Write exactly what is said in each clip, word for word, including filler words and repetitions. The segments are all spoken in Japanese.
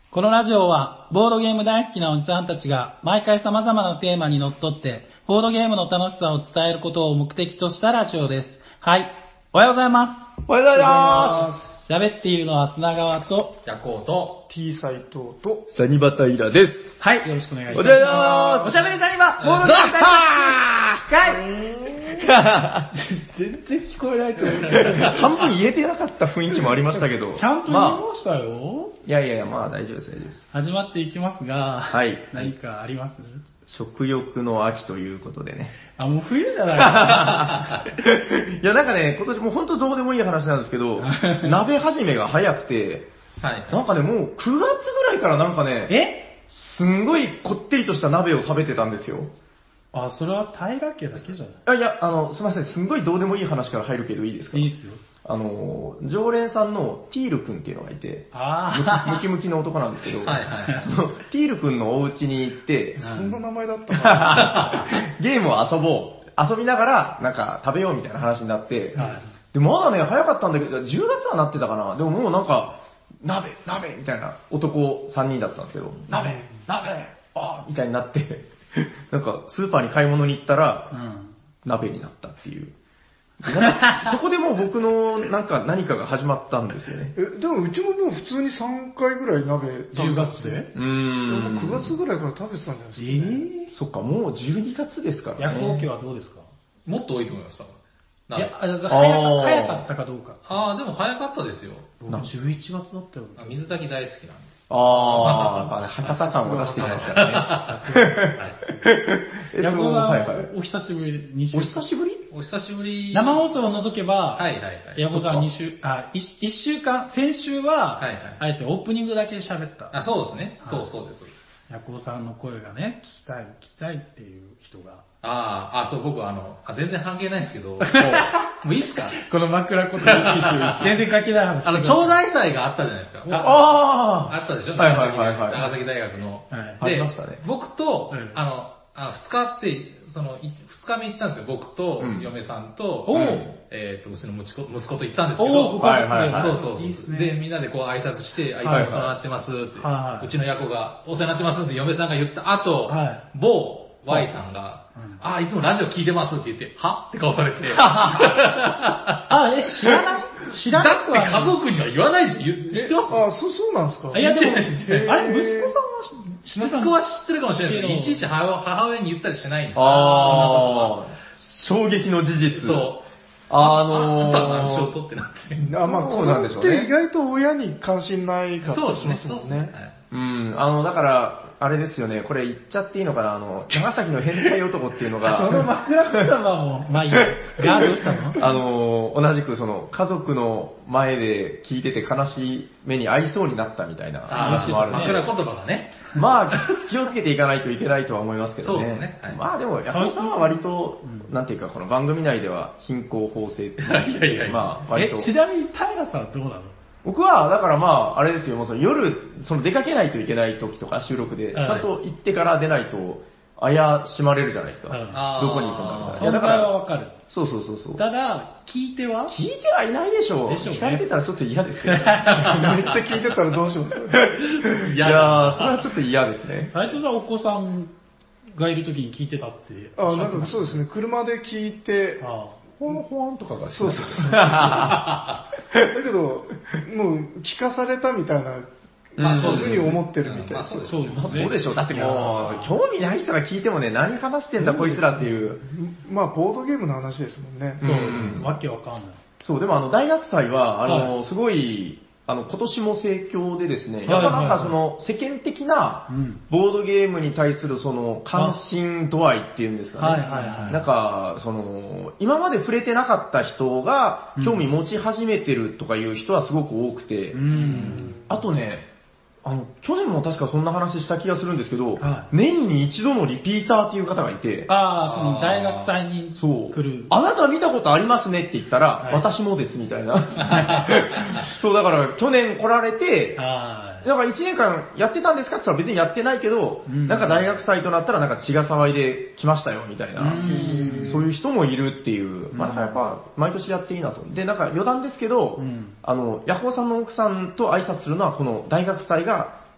このラジオは、ボードゲーム大好きなおじさんたちが、毎回様々なテーマにのっとって、ボードゲームの楽しさを伝えることを目的としたラジオです。はい。おはようございます。 おはようございます。 喋っているのは砂川と、 ヤコウと、 T 斎藤と、 サニバタイラです。 はい、よろしくお願いします。 おはようございます。 おしゃべりサニバ、ボードゲーム大好き全然聞こえないと思う。 半分言えてなかった雰囲気もありましたけど。 ちゃんと言いましたよ。 まあ、いやいやいや、まあ大丈夫です、大丈夫です。 始まっていきますが、 はい。 何かあります？ 食欲の秋ということでね。 あ、もう冬じゃないいや、なんかね、今年もうほんとどうでもいい話なんですけど、鍋始めが早くて、 はい。 なんかね、もうくがつぐらいからなんかね、 えすんごいこってりとした鍋を食べてたんですよ。 あ、それは平家だけじゃない？ あいや、あの、すみません、すんごいどうでもいい話から入るけどいいですか？ いいっすよ。 あの、常連さんのティール君っていうのがいて、 あムキムキの男なんですけど、 はいはいそのティール君のお家に行って、 そんな名前だったかゲームを遊ぼう。遊びながら、なんか食べようみたいな話になって、 はい、 で、まだね、早かったんだけど、じゅうがつはなってたかな。でももうなんか、鍋、鍋みたいな男さんにんだったんですけど、鍋、鍋、あみたいになって、なんかスーパーに買い物に行ったら、 うん、 鍋になったっていう。なんかそこでもう僕のなんか何かが始まったんですよね。 え、でもうちももう普通にさんかいぐらい鍋じゅうがつでうーん。 くがつぐらいから食べてたんじゃないですか、ね。 えー、 そっか、もうじゅうにがつですからね。 夜行家はどうですか？ もっと多いと思いました。 いや、早か早かったかどうか。 ああ、でも早かったですよ。 僕じゅういちがつだったよ。 水炊き大好きなんで。 ああ、博多感を出していないですからね。 さすが。はい。 えっと、 ヤコウさん、 はいはい。 お久しぶり、に週お久しぶりお久しぶり。 生放送を除けば、 はいはいはい。 ヤコウさんに週、あ、いっしゅうかん、先週は、 はいはいあれですよ、オープニングだけ喋った。 あ、そうですね。 はいそうそうです、そうです。 ヤコウさんの声がね、聞きたい、聞きたいっていう人が。 ああ、あ、そう、僕あの、あ全然関係ないんですけど、もうもういいっすか？ この枕言葉、全然関係ない話。 あの、町内祭があったじゃないですか。 ああったでしょ？ はいはいはいはい長崎大学の。 はいで、 ありましたね僕と、 うんあの、あ二日って、その、い二日目行ったんですよ。僕と、 うん嫁さんと、 おうえっ、と、うちの息子息子と行ったんですけど、 おー、ご家族で、 はいはいはいそうそうそう。 いいっすね。 で、みんなでこう挨拶して、あいつもお世話になってますって、 はいはいうちのヤコがお世話になってますって嫁さんが言った後、 はい某 Y さんが、 うんあ、いつもラジオ聞いてますって言って、はって顔されて。 あ、え、知らない知らなだってくはない家族には言わないし、言知ってますあ、そ、そうなんですか？ いやでも、あれ、息子へーさんは知ってた息子は知ってるかもしれないですけど、いちいち母母親に言ったりしてないんですよ。 あー、衝撃の事実。 そう。 あのあんたは何しようー、 とってなって。 あ、まあ、子そうなん供っでしょうねて意外と親に関心ないかったりしますもんね。 うん、あの、だから、あれですよね、これ言っちゃっていいのかな、あの、長崎の変態男っていうのそのが、 枕言葉も、まあいいや。が、どうしたのあの、同じくその、家族の前で聞いてて悲しい目に遭いそうになったみたいなあ話もあるんで、 枕言葉がね。 まあ、気をつけていかないといけないとは思いますけどね。 そうですねはいまあでも、ヤコウさんは割と、なんていうか、この番組内では貧困法制っていういやいやいやまあ、割とえ、。ちなみに平さんはどうなの？ 僕は、だからまあ、あれですよ、もうその夜、その出かけないといけない時とか収録で、ちはいゃんと行ってから出ないと、怪しまれるじゃないですか。 うんどこに行くんだみたいな。いや存在だから、 はわかる。 そうそうそうそう。 ただ、聞いては聞いてはいないでしょう。 でしょうね聞かれてたらちょっと嫌ですけど。いめっちゃ聞いてたらどうします？ いやー、それはちょっと嫌ですね。 斉藤さんお子さんがいる時に聞いてたって。 あ、なんかそうですね、車で聞いて、 あほんほんとかがそうそうそう。だけど、もう聞かされたみたいな、 まあそういうふうに思ってるみたいです。 まあそうですそうですまあそうでしょう。だってもう、興味ない人が聞いてもね、何話してんだこいつらっていう。 まあ、ボードゲームの話ですもんね。 そう、 うんわけわかんない。 そう、でもあの、大学祭は、あの、 はすごい、あの、今年も盛況でですね、 いやっぱなんはいはいかその、世間的なうん、 ボードゲームに対するその、関心度合いっていうんですかね。 はいはいはいなんか、その、今まで触れてなかった人が、興味持ち始めてるとかいう人はすごく多くて、 うん。 あとね、あの、去年も確かそんな話した気がするんですけど、 はい年に一度のリピーターっていう方がいて、 ああ、その大学祭にそう来る。 あなた見たことありますねって言ったら、 はい私もですみたいな。そう、だから去年来られて、 はい。 だからいちねんかんやってたんですかって言ったら別にやってないけど、 うんなんか大学祭となったらなんか血が騒いで来ましたよみたいな、 うんそういう人もいるっていう、まあだからやっぱ毎年やっていいなと。で、なんか余談ですけど、 うんあの、ヤホーさんの奥さんと挨拶するのはこの大学祭が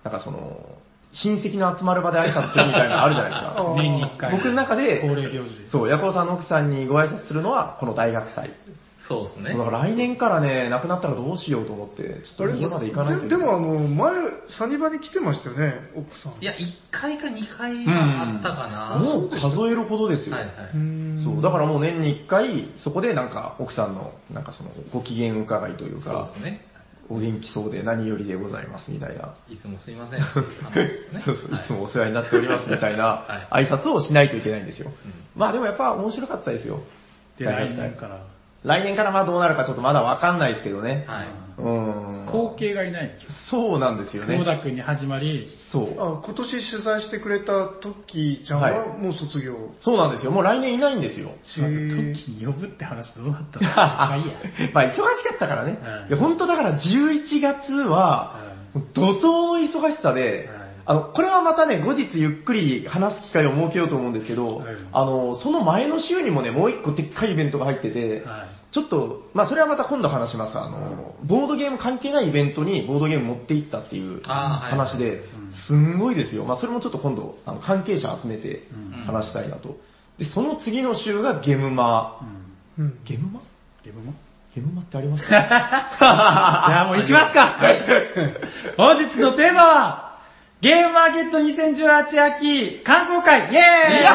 なんかその、親戚の集まる場で挨拶するみたいなのあるじゃないですか。 年に一回。 僕の中で、 恒例行事です。 そう、ヤコウさんの奥さんにご挨拶するのは、この大学祭。 そうですね。 そうだから来年からね、亡くなったらどうしようと思って、ちょっと家まで行かないといけない。 ででもあの、前、サニバに来てましたよね、奥さん。 いや、いっかいかにかいはあったかな。 もう数えるほどですよ。 はいはい。 そう、だからもう年にいっかい、そこでなんか奥さんの、なんかその、ご機嫌伺いというか、 そうですね。 お元気そうで何よりでございますみたいな。 いつもすいませんっていう話ですね。 そうそう、いつもはお世話になっておりますみたいな挨拶をしないといけないんですよ。 うんまあでもやっぱ面白かったですよ。 で、来年から。 来年からまあどうなるかちょっとまだわかんないですけどね。 はい。 うーん。 後継がいないんですよ。 そうなんですよね。 久保田君に始まり、 そう。 あ今年主催してくれたトッキーちゃんははもう卒業。 そうなんですよ。もう来年いないんですよ。 トッキーに呼ぶって話どうなったのまあいいや。 まあ忙しかったからね。 うんいや本当だからじゅういちがつは、怒涛の忙しさで、 うんあの、これはまたね、後日ゆっくり話す機会を設けようと思うんですけど、 うんあの、その前の週にもね、もう一個でっかいイベントが入ってて、 はいちょっと、まあそれはまた今度話します。あの、ボードゲーム関係ないイベントにボードゲーム持って行ったっていうあーはい話でうん、 すんごいですよ。まあそれもちょっと今度、あの関係者集めてうん話したいなと。で、その次の週がゲムマ。 うん。 うん。 ゲムマゲームもゲムマってありましたじゃあもう行きますか。本日のテーマは、ゲームマーケットにせんじゅうはち秋感想会イエーイやっ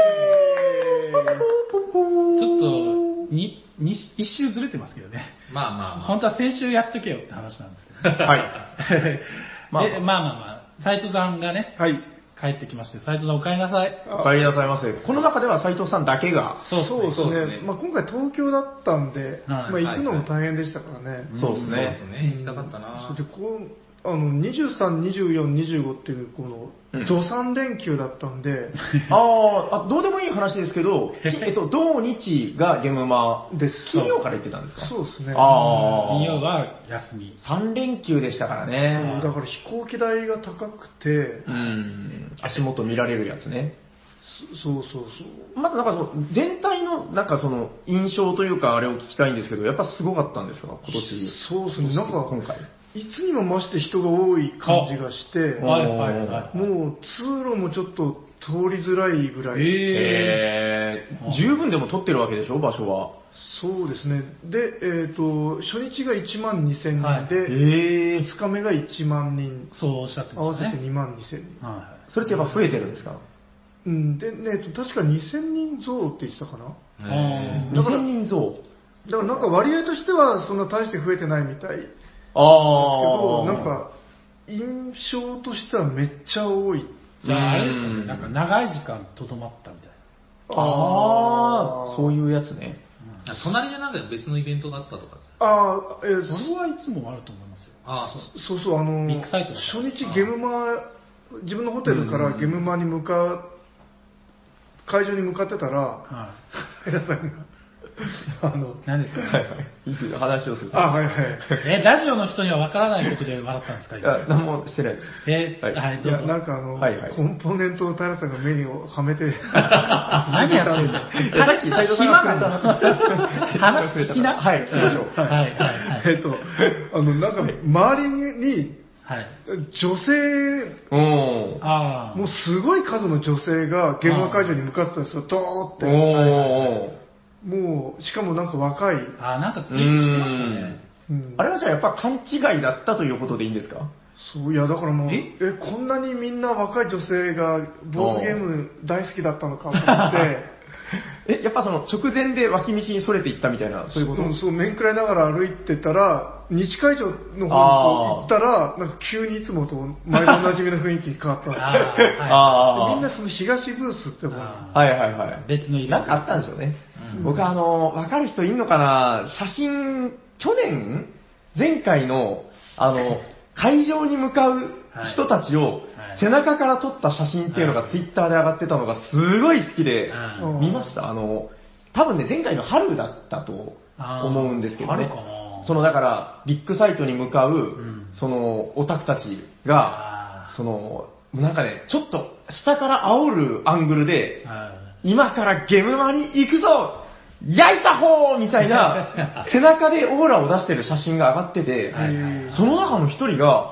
ちょっと、に、に、一周ずれてますけどね。 まあまあまあ。 本当は先週やっとけよって話なんですけど、ね。 はい。まあでまあまあまあ、斉藤さんがね、 はい。 帰ってきまして、斉藤さんお帰りなさい。 お帰りなさいませ。この中では斉藤さんだけが、 そうそうですね。 そうですねまあ今回東京だったんで、 はいまあ行くのも大変でしたからね。 そうですねそうです。ね。行きたかったな。 それでこうあのにじゅうさん、にじゅうよん、にじゅうごっていうこうんのどさん連休だったんで、 あーあ、どうでもいい話ですけど、きえっと、土日がゲムマです金曜から行ってたんですかそうですね。 ああ。 金曜は休み。 さん連休でしたからそうね。 だから飛行機代が高くて、 うん。足元見られるやつね。 そそうそうそう。 まずなんかその、全体のなんかその、印象というかあれを聞きたいんですけど、やっぱすごかったんですか今年。 そうですね。なんか今回。 いつにも増して人が多い感じがして、 あはいはいはい。 もう通路もちょっと通りづらいぐらい。 ええー、十分でも取ってるわけでしょ場所は。 そうですね。で、えっ、と、初日がいちまんにせんにんはいで、 えーふつかめがいちまんにんー、、そうおっしゃって合わせてましたね。 にまんにせんにん。 はそれってやっぱ増えてるんですかうん、で、ね、えっと確かにせんにん増って言ってたかな。 えあだからにせんにん増。 だからなんか割合としてはそんな大して増えてないみたいですけあど、 あ。 なんか印象としてはめっちゃ多い。 い。じゃああれですかね、 うんなんか長い時間とどまったみたいああ、そうう。 いうやつね。 な。うん隣でなんか別のイベントがあったとか。 ああ、えーそれはいつもあると思いますよ。 ああ、そう。 そうそう、あのビッグサイトだから初日ゲムマ、自分のホテルからゲムマに向かう、会場に向かってたら、 は平さんが、あのい。、何ですかはいはい。いいですよ話をすると。 あ、はいはい。 え、ラジオの人にはわからないことで笑ったんですかいや、何もしてないです。 え、 はいはい、 いや、 どうぞ。 なんかあの、 はいはいコンポーネントを平さんが目にはめて、 何やってんだよ。 いやさっき斉藤さんがくれた話聞きな。 はい、聞きましょう。 はい、はい、はい。 えっと、あの、なんか、周りに、 はい。 女性、 おー。 ああ。 もうすごい数の女性がゲーム会場に向かってたんですよ、ドーって。 おー。 もう、しかもなんか若い。 ああ、なんかツイートしましたね。 うんあれはじゃあやっぱ勘違いだったということでいいんですかそう、いや、だからもう、 ええ、こんなにみんな若い女性がボードゲーム大好きだったのかと思って、 え、やっぱその直前で脇道にそれていったみたいな、そういうことんそう、面食らいながら歩いてたら、日会場の方にこう行ったら、なんか急にいつもと前のおなじみの雰囲気に変わったんですよ。 ああ、はい。 あーでみんなその東ブースって方に。 あはいはいはい。 別のイベントなんかあったんでしょうね。 うん僕あの、わかる人いんのかな写真、去年前回の、あの、会場に向かう人たちをはい背中から撮った写真っていうのがツイッターで上がってたのがすごい好きで、 うん見ましたあの、多分ね、前回の春だったと思うんですけどねあー春かな。 そのだから、ビッグサイトに向かう、 んその、オタクたちが、 あその、なんかね、ちょっと下から煽るアングルで、 ーはい今からゲムマに行くぞ焼いた方みたいな、背中でオーラを出してる写真が上がってて、 はいはいその中の一人が、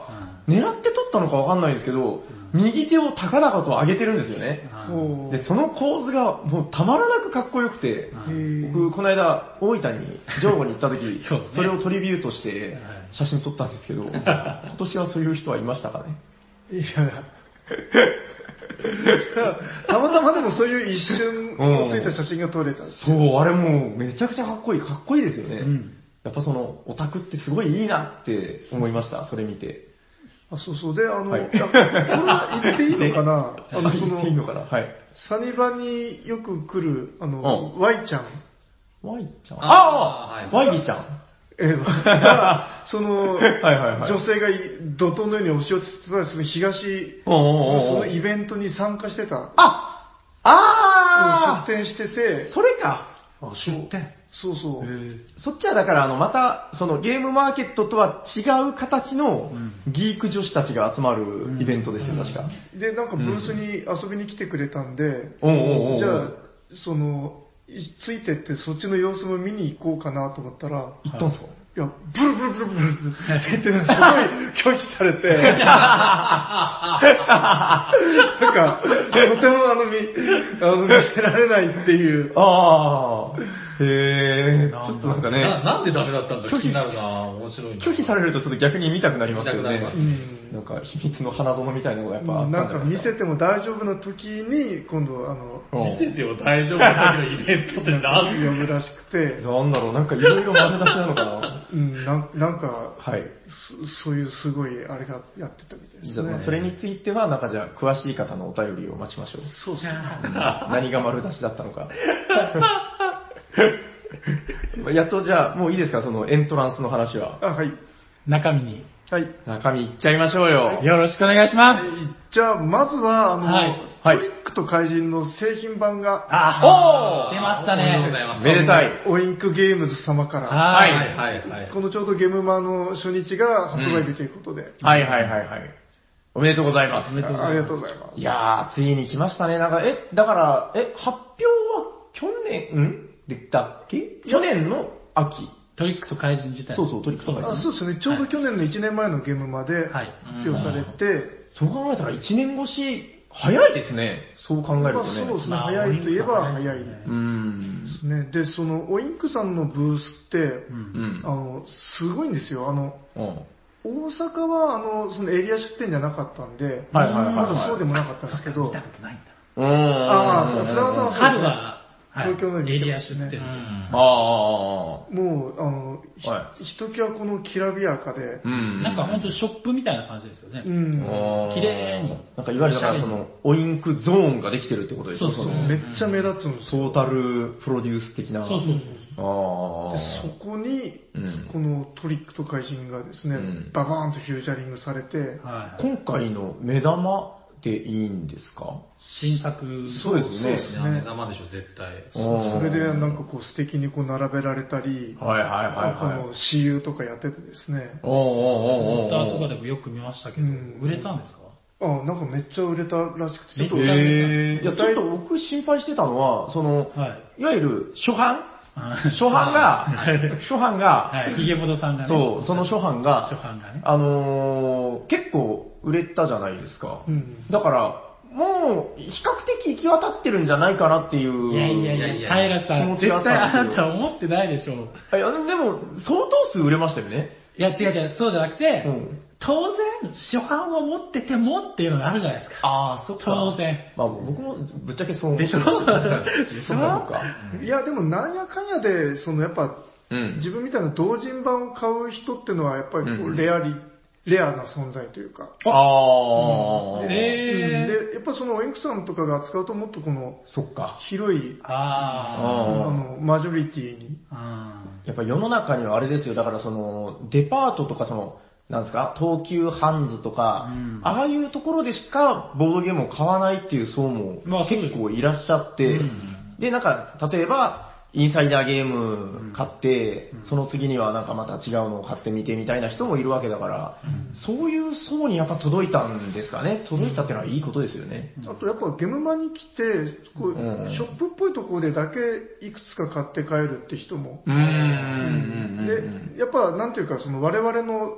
狙って撮ったのかわかんないですけど、右手を高々と上げてるんですよね。 ほうで、その構図がもうたまらなくかっこよくて、 へー僕、この間、大分に、ジョーゴに行った時、 そうですねそれをトリビュートして写真撮ったんですけど、今年はそういう人はいましたかね。 いや、たまたまでもそういう一瞬をついた写真が撮れた。 そう、あれもうめちゃくちゃかっこいい、かっこいいですよね。 うんやっぱその、オタクってすごいいいなって思いました、それ見て。 あ、そうそう。で、あの、 はいいやこれは言っていいのかなあの、そ言っていいのかの、 なはい。 サニバによく来る、あの、 うん Y ちゃん。 ワイちゃん。 あーああ、ワイギちゃん。 えーが、その、 はいはいはい女性が怒涛のように押し寄せてた、その東おうおうおうのそのイベントに参加してた。 ああ出店してて、 それか。 出店。 そうそう。 そっちはだから、あの、また、そのゲームマーケットとは違う形のギーク女子たちが集まるイベントですよ、確か。 で、なんかブースに遊びに来てくれたんで、 おうおうおうじゃあ、その、いついてってそっちの様子も見に行こうかなと思ったら、 行ったんすかいや、ブルブルブルブルって言って、すごい拒否されて、なんか、とてもあの、見、あの、見せられないっていう。 ああ、へえ、ちょっとなんかね、 ななんでダメだったんだ拒否気になるな面白いな。 拒否されるとちょっと逆に見たくなりますよね見たくなりま。すうんなんか秘密の花園みたいなのがやっぱあったなんんか見じゃないですか。 せても大丈夫な時に、今度あの、 うん見せても大丈夫な時のイベントって何呼ぶらしくて、 なんだろう、なんかいろいろ丸出しなのかな。 うん、なんなんか、 はい。 そそういうすごいあれがやってたみたいですじゃあ、まあね。 それについては、なんかじゃあ、詳しい方のお便りを待ちましょう。 そうそう。 何が丸出しだったのか。やっとじゃあ、もういいですか、そのエントランスの話は。 あ、はい。 中身に。 はい。 中身いっちゃいましょうよ。 よろしくお願いします。 じゃあ、まずは、あの、 はいはいトリックと怪人の製品版が、 あおー出ましたおめでとうごね。 ざいます。 めでたい。 オインクゲームズ様から、 はい。 はいはいはい。 このちょうどゲームマの初日が発売日ということで、 はいはいはいはい。おめでとうございます。 おめでとうございますありがとうございます。 いやー、ついに来ましたね。なんか、え、だから、え、発表は去年、んでだっけ去年の秋。 トリックと怪人自体。 そうそうトリックと怪人あそうですね、ちょうど去年のいちねんまえのゲームまではい。 発表されて、 そう考えたらいちねん越し、早いですね。そう考えまあるとね。 そうですね、 まあ早いといえば早いでオインクはうーん。 すね。で、その、オインクさんのブースって、 うんうん。 あの、すごいんですよ。あの、 うん大阪は、あの、そのエリア出店じゃなかったんで、 はいはいはいはいまだそうでもなかったんですけど見た、ことないんだ。 うーん。 あーそう菅原さんはそう春は、はい東京のにエリア見てますね出店で。 ああ。 もう、あの、ひはひときわこのきらびやかで、 うん。 なんか本当ショップみたいな感じですよね。 うん、 あー綺麗になんかいわゆるだからその、オインクゾーンができてるってことですね。 そうそうのめっちゃ目立つんですよ。 トータルプロデュース的な。 そうそうそう。 あであ。 そこに、 うんこのトリックと怪人がですね、 うんババーンとフューチャリングされて、 はい。 今回の目玉でいいんですか新作。 そうですねそういや目玉でしょ、絶対。 それでなんかか、 こう素敵にこう並べられたり、 はいはいはいこはい。 の私有とかやっててですね、 おーおーおーおーツイッターとかでもよく見ましたけど、 うん売れたんですかあなんかめっちゃ売れたらしくて、ちょっと、 めっちゃ売れへーいや、ちょっと僕心配してたのは、その、 はい。 いわゆる初版はい初版が、初版が、 はい。ヒゲボドさんがね。 そう、その初版が、 初版がね。 あのー、結構売れたじゃないですか。 うんだから、もう、比較的行き渡ってるんじゃないかなっていう。 いやいやいや、 いやいや平さん、 気持ちがあ絶対あったんですけどなた思ってないでしょう。 いや、でも、相当数売れましたよね。 いや、違う違う、そうじゃなくて、 うん当然、初版を持っててもっていうのがあるじゃないですか。 ああ、そっ当然。 まあ僕もぶっちゃけそう思ってでしょそっかそっか。 いやでもなんやかんやで、そのやっぱ、 うん。 自分みたいな同人版を買う人ってのはやっぱりこううんレアリ、レアな存在というか、 ああ、 でへーうんでやっぱそのオインクさんとかが扱うともっとこのそっか。 広い、 あああーの、マジョリティに、 あ。 やっぱ世の中にはあれですよ、だからその、デパートとかその、なんですか、東急ハンズとか、 うんああいうところでしかボードゲームを買わないっていう層もまあそうです結構いらっしゃって、 うんで、なんか、例えば、インサイダーゲーム買って、 うんその次にはなんかまた違うのを買ってみてみたいな人もいるわけだから、 うんそういう層にやっぱ届いたんですかね。届いたっていうのはいいことですよね。 あとやっぱゲームマに来て、こううんショップっぽいところでだけいくつか買って帰るって人も、 うーん。 で、やっぱなんていうかその我々の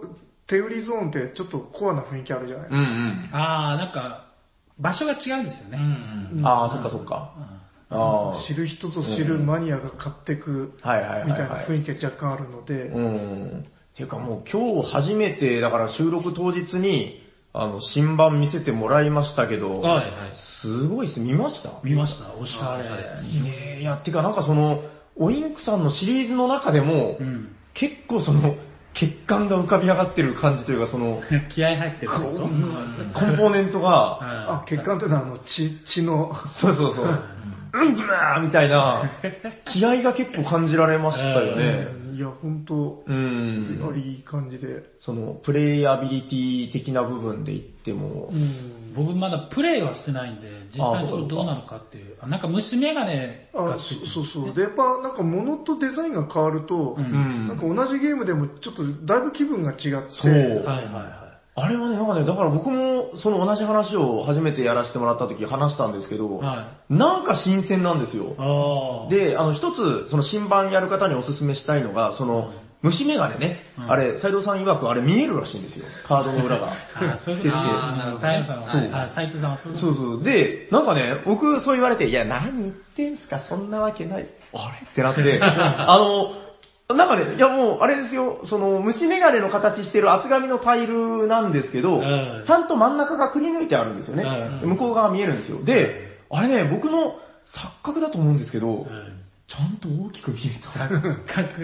手売りゾーンってちょっとコアな雰囲気あるじゃないですか。 うんうん。 ああ、なんか、場所が違うんですようね。 ん。 ああ、そっかそっか。ああ。 知る人ぞ知るマニアが買ってくはいはいはいはいみたいな雰囲気が若干あるので、 うん。っていうかもう今日初めて、だから収録当日に、あの、新版見せてもらいましたけど、 はいはい。 すごいっす。見ました？ 見ました、おしゃれ。 ねえ、いや、っていうかなんかその、オインクさんのシリーズの中でも、 うん。 結構その、血管が浮かび上がってる感じというか、その、 気合入ってるってことコンポーネントが、 あ、血管っていうのはあの血、血の、 そうそうそう、うんぎまーみたいな、気合が結構感じられましたよね。 いや、本当うん。 ありいい感じで。 その、プレイアビリティ的な部分で言ってもう、ん。 僕まだプレイはしてないんで、実際にそれどうなのかっていう。あなんか虫眼鏡があついてるそそうそう。で、やっぱなんか物とデザインが変わると、 うんうんなんか同じゲームでもちょっとだいぶ気分が違って、 そうはいはいはあれはね、なんかね、だから僕もその同じ話を初めてやらせてもらった時話したんですけど、 い。はなんか新鮮なんですよい。。ああ。、 で、あの、一つ、その新版やる方にお勧めしたいのが、その、虫眼鏡ね、 うんあれ、斉藤さん曰くあれ見えるらしいんですよ。カードの裏が。 あそういうことあーなるほど平さんは、 そうあ斉藤さんはそういうこそうそう。で、なんかね、僕そう言われて、いや、何言ってんすか、そんなわけない。あれってなって、あの、なんかね、いやもう、あれですよ、その、虫眼鏡の形してる厚紙のタイルなんですけど、 うんちゃんと真ん中がくり抜いてあるんですよね。 うん向こう側見えるんですよ。で、あれね、僕の錯覚だと思うんですけど、 とうんちゃんと大きく見えた。 角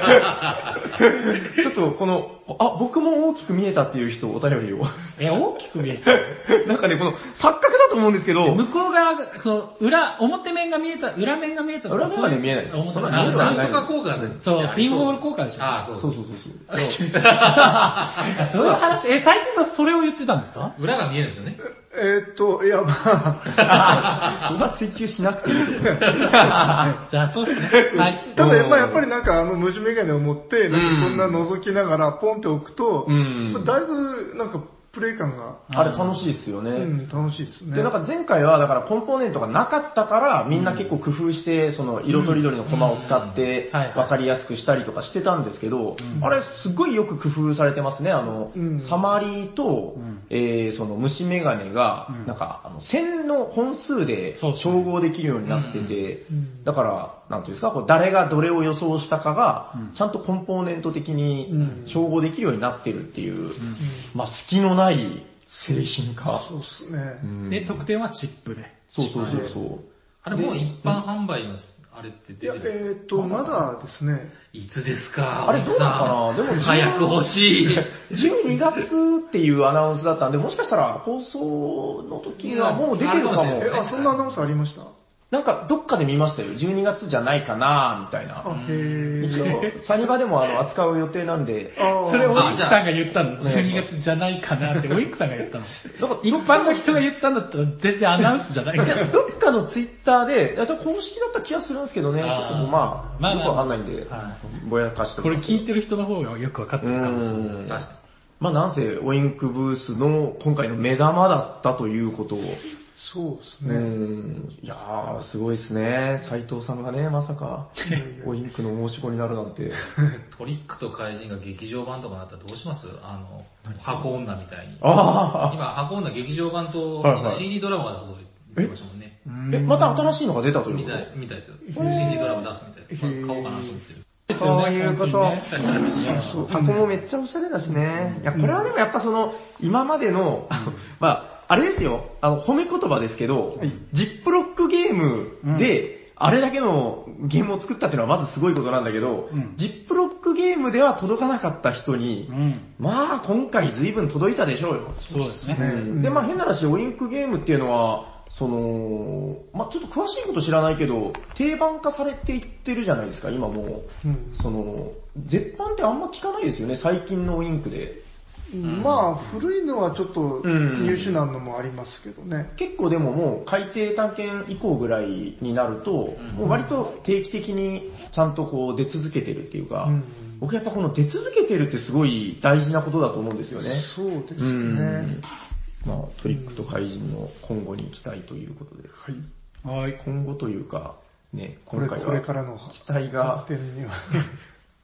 ちょっとこの、あ、僕も大きく見えたっていう人、お便りを。 え、大きく見えた。 なんかね、この錯覚だと思うんですけど、 向こう側が、その、裏、表面が見えた、裏面が見えたとか。 裏面はね見えないです表面そんな見えるわあなんとか効果ね。 そう、ピンボール効果でしょ。 ああ、そうそそうう。 そうそうそう。 そういう話、え、斉藤さんそれを言ってたんですか裏が見えるんですよね。 えーっと、いや、まあ、 僕は追求しなくていいと思う。 じゃあ、そうですね。はい。 ただ、まあ、やっぱりなんかあの虫眼鏡を持って、なんかこんな覗きながらポンって置くと、 うんだいぶなんかプレイ感が、 あれ楽しいですよね。 うん、楽しいですね。 で、なんか前回は、だからコンポーネントがなかったから、みんな結構工夫して、その色とりどりのコマを使ってうんはいはい、 わかりやすくしたりとかしてたんですけど、あれすごいよく工夫されてますね。あのうん、 サマリーとうん、 えーその虫眼鏡がうん、 なんか、あの線の本数でそうそう照合できるようになっててうん、 だから、なんていうんですか、こう誰がどれを予想したかがうん、 ちゃんとコンポーネント的にうん照合できるようになってるっていう、まあ、隙のない製品化。 そうですね。 うんで、得点はチップで。 そうそうそうそう。 あれもう一般販売の、あれっていや、 出てる。 えーっと、まだですね、 いつですかあれどうなのかなでも早く欲しい。 じゅうにがつっていうアナウンスだったんで、もしかしたら放送の時にはもう出てるかも。 いやあるかもしれないえ、あ、そんなアナウンスありましたなんかどっかで見ましたよ。じゅうにがつじゃないかなみたいあな。、 へ一ー。 応、サニバでもあの扱う予定なんで、 あーそれ、オインクじゃあさんが言ったの。 お願いしますじゅうにがつじゃないかなって、オインクさんが言ったの。 なんか一般の人が言ったんだったら全然アナウンスじゃないかいや、 ら。 どっかのツイッターで、いや公式だった気がするんですけどね、ちょあーっともうまあ、 まあよくわかんないんでは、 ぼやかしてこれ聞いる。 てる人の方がよくわかってうるかもしれない。 ん。 確かに。 まあなんせ、オインクブースの今回の目玉だったということを、 そうですうね。 ん。いやー、すごいですね。斉藤さんがね、まさか、オインクの申し子になるなんて。 トリックと怪人が劇場版とかなったらどうしますあの、箱女みたいに。 あ今、箱女劇場版とはいはいシーディー ドラマが出すと言ってましたもんね。 あ。え、また新しいのが出たということみたい、みたいですよ。シーディー ドラマ出すみたいです。まあ買おうかなと思ってる。 そういうこと。 本当にねそう箱もめっちゃおしゃれだしね。いや、これはでもやっぱその、今までの、あのまあ、あれですよ、あの、褒め言葉ですけど、 はいジップロックゲームで、あれだけのゲームを作ったっていうのはまずすごいことなんだけど、 うんジップロックゲームでは届かなかった人にう、ん。 まあ今回随分届いたでしょうよ。 そうですね。 うんで、まあ変な話、オインクゲームっていうのは、その、まあちょっと詳しいこと知らないけど、定番化されていってるじゃないですか、今もう。 うんその、絶版ってあんま聞かないですよね、最近のオインクで。 まあ、古いのはちょっとうん入手難のもありますけどね。 結構でももう改訂探検以降ぐらいになると、もう割と定期的にちゃんとこう出続けてるっていうか、 うん僕やっぱこの出続けてるってすごい大事なことだと思うんですよね。 そうですうねん。まあトリックと怪人の今後に期待ということで。 はい。 はい。 今後というか、ね、 これ、 今回はこれからの期待が発展には。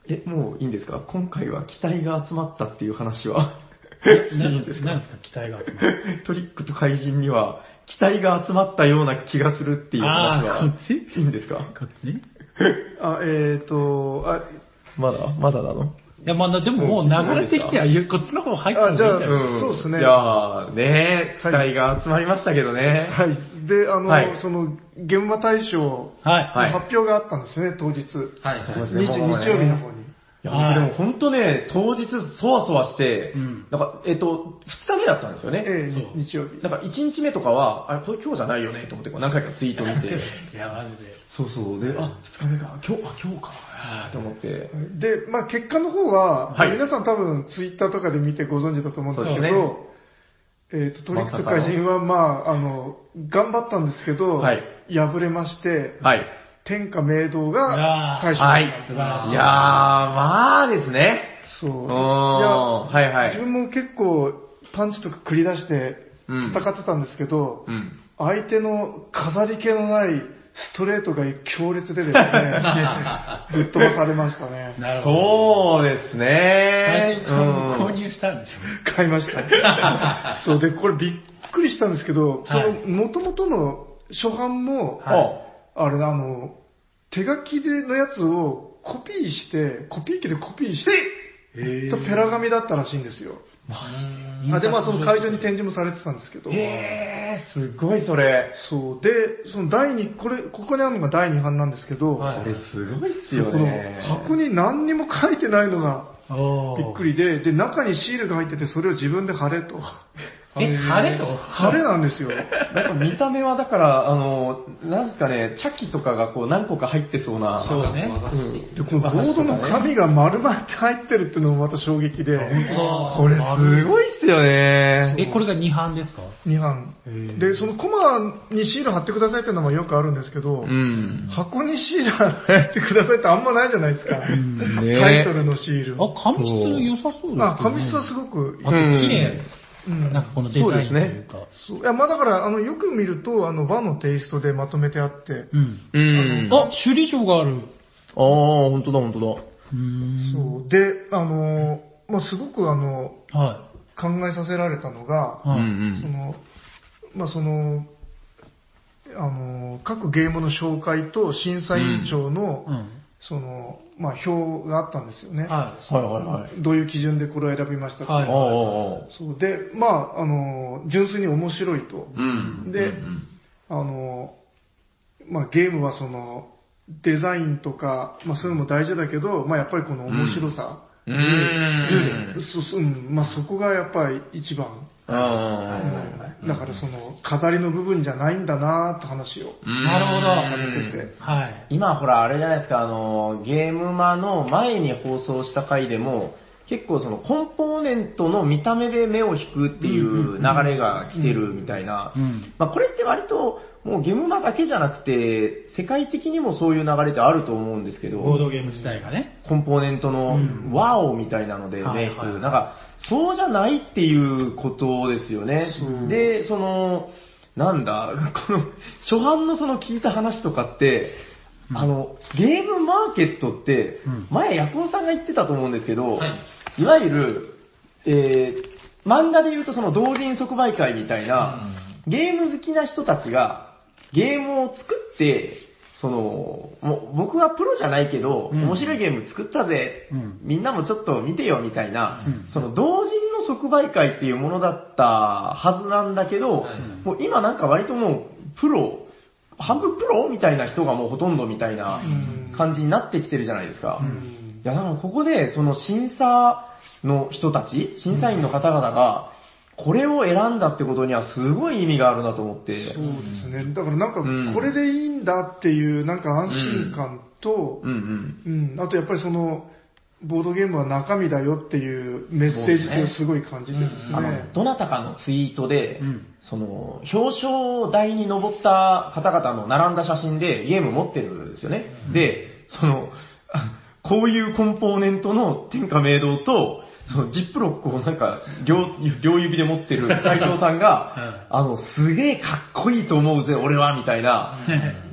え、もういいんですか？今回は期待が集まったっていう話は。 ないいんですか？ 何ですか、期待が集まる。 トリックと怪人には期待が集まったような気がするっていう話は。 あーこっちいいんですか？ こっちね。 あ、えっ、ー、と、あ、 まだまだなの？ いや、まあ、でももう流れてきては、こっちの方入った方がいいんじゃないですか。 あそうですねいやー、ね期待が集まりましたけどね。 はい。で、あの、 はいその、現場大賞のはい。 はい発表があったんですね、当日。 はい。 そうですね日もうね日曜日の方に。 いや、 はい僕でも本当ね、当日そわそわして、 うんなんか、えっと、ふつかめだったんですよね。 ええそう日曜日。 なんかいちにちめとかは、あれ、これ今日じゃないよねと思ってこう何回かツイート見て、 いや、マジで。 そうそう、で、あ、ふつかめか、今日、あ、今日か、あーと思って。 で、まあ結果の方は、 はい皆さん多分ツイッターとかで見てご存知だと思うんですけそうど、えっ、と、トリックと怪人は、まあ、あの、頑張ったんですけど、 はい敗れまして、 はい。 天下明堂いやーが大賞はい。いになった素晴らしいやー、まあですね。 そう。 おーはいはい自分も結構パンチとか繰り出してうん戦ってたんですけど、 うん。 相手の飾り気のないストレートが強烈でですね、ぶっ飛ばされましたね。 なるほど。 そうですね斉藤さんも購入したんでしょ。 買いました。そう、で、これびっくりしたんですけど、そはいの元々の初版も、 はあれあの、手書きでのやつをコピーして、コピー機でコピーして、 へペラ紙だったらしいんですよ。あで、まあその会場に展示もされてたんですけど、 へー、すごいそれ。 そう。で、その第二、これ、ここにあるのがだいに版なんですけど、 はいこれすごいっすよこのね。 箱に何にも書いてないのがおーびっくりで、で、中にシールが入ってて、それを自分で貼れと。 え、晴れと晴れなんですよ。 なんか見た目はだから、あの、なんですかね、茶器とかがこう何個か入ってそうな。 そうね。 うんで、このボードの紙が丸々って入ってるっていうのもまた衝撃で、 これすごいっすよね。 え、これがに版ですか？ に版へー。 で、そのコマにシール貼ってくださいっていうのもよくあるんですけど、 うん。 箱にシール貼ってくださいってあんまないじゃないですか。 ねタイトルのシール。 あ、紙質良さそうですけどね。 あ、紙質はすごくいいあと綺麗。 うんなんかこのデザインというか。 そういや、まあだから、あの、よく見ると、あの、和のテイストでまとめてあって、 うん。 うん。 あ、首里城がある。 あー、ほんとだほんとだ。 うーん。 そう。で、あの、まあすごくあの、 は考えさせられたのが、 い。はい。 うんその、まあその、あの、各ゲームの紹介と審査委員長の、 うん。 その、まあ表があったんですよね。 ははいはいはい。 どういう基準でこれを選びましたか、 はいああ、 そうで、まあ、あの、純粋に面白いと。 うん。 でうんあの、まあ、ゲームはその、デザインとか、まあ、そういうのも大事だけど、まあ、やっぱりこの面白さ。 うーん。 そそうんまあ、そこがやっぱり一番。 あうんだからその、飾りの部分じゃないんだなと話をあ。 なるほどされてて。 はい。 今ほらあれじゃないですか、あの、ゲームマの前に放送した回でも、結構そのコンポーネントの見た目で目を引くっていう流れが来てるみたいな。 うん。 まあこれって割ともうゲームマだけじゃなくて、世界的にもそういう流れってあると思うんですけど、 ボードゲーム自体がね。 コンポーネントのうんワオみたいなので目引く。 はいはいなんか、そうじゃないっていうことですよねそう。 で、その、なんだ、この、初版のその聞いた話とかって、 うんあの、ゲームマーケットってうん、 前、ヤコウさんが言ってたと思うんですけど、 はいいわゆる、えー、漫画で言うとその同人即売会みたいな、ゲーム好きな人たちが、ゲームを作って、その、もう僕はプロじゃないけど、 うん面白いゲーム作ったぜ、 うんみんなもちょっと見てよみたいな、 うんその同人の即売会っていうものだったはずなんだけど、 はいもう今なんか割ともうプロ、半分プロみたいな人がもうほとんどみたいな感じになってきてるじゃないですか。 うんいや、だからここで、その審査の人たち、審査員の方々が、これを選んだってことにはすごい意味があるなと思って。 そうですね。だからなんかうん、 これでいいんだっていう、なんか安心感と、 うんうん。 うん、あとやっぱりその、ボードゲームは中身だよっていうメッセージ性をすごい感じてですね。 あの、どなたかのツイートで、 うんその、表彰台に登った方々の並んだ写真でゲーム持ってるんですよね。で、その、こういうコンポーネントの天下明堂と、そのジップロックをなんか両両指で持ってる斉藤さんが、あの、すげえかっこいいと思うぜ、俺は、みたいな、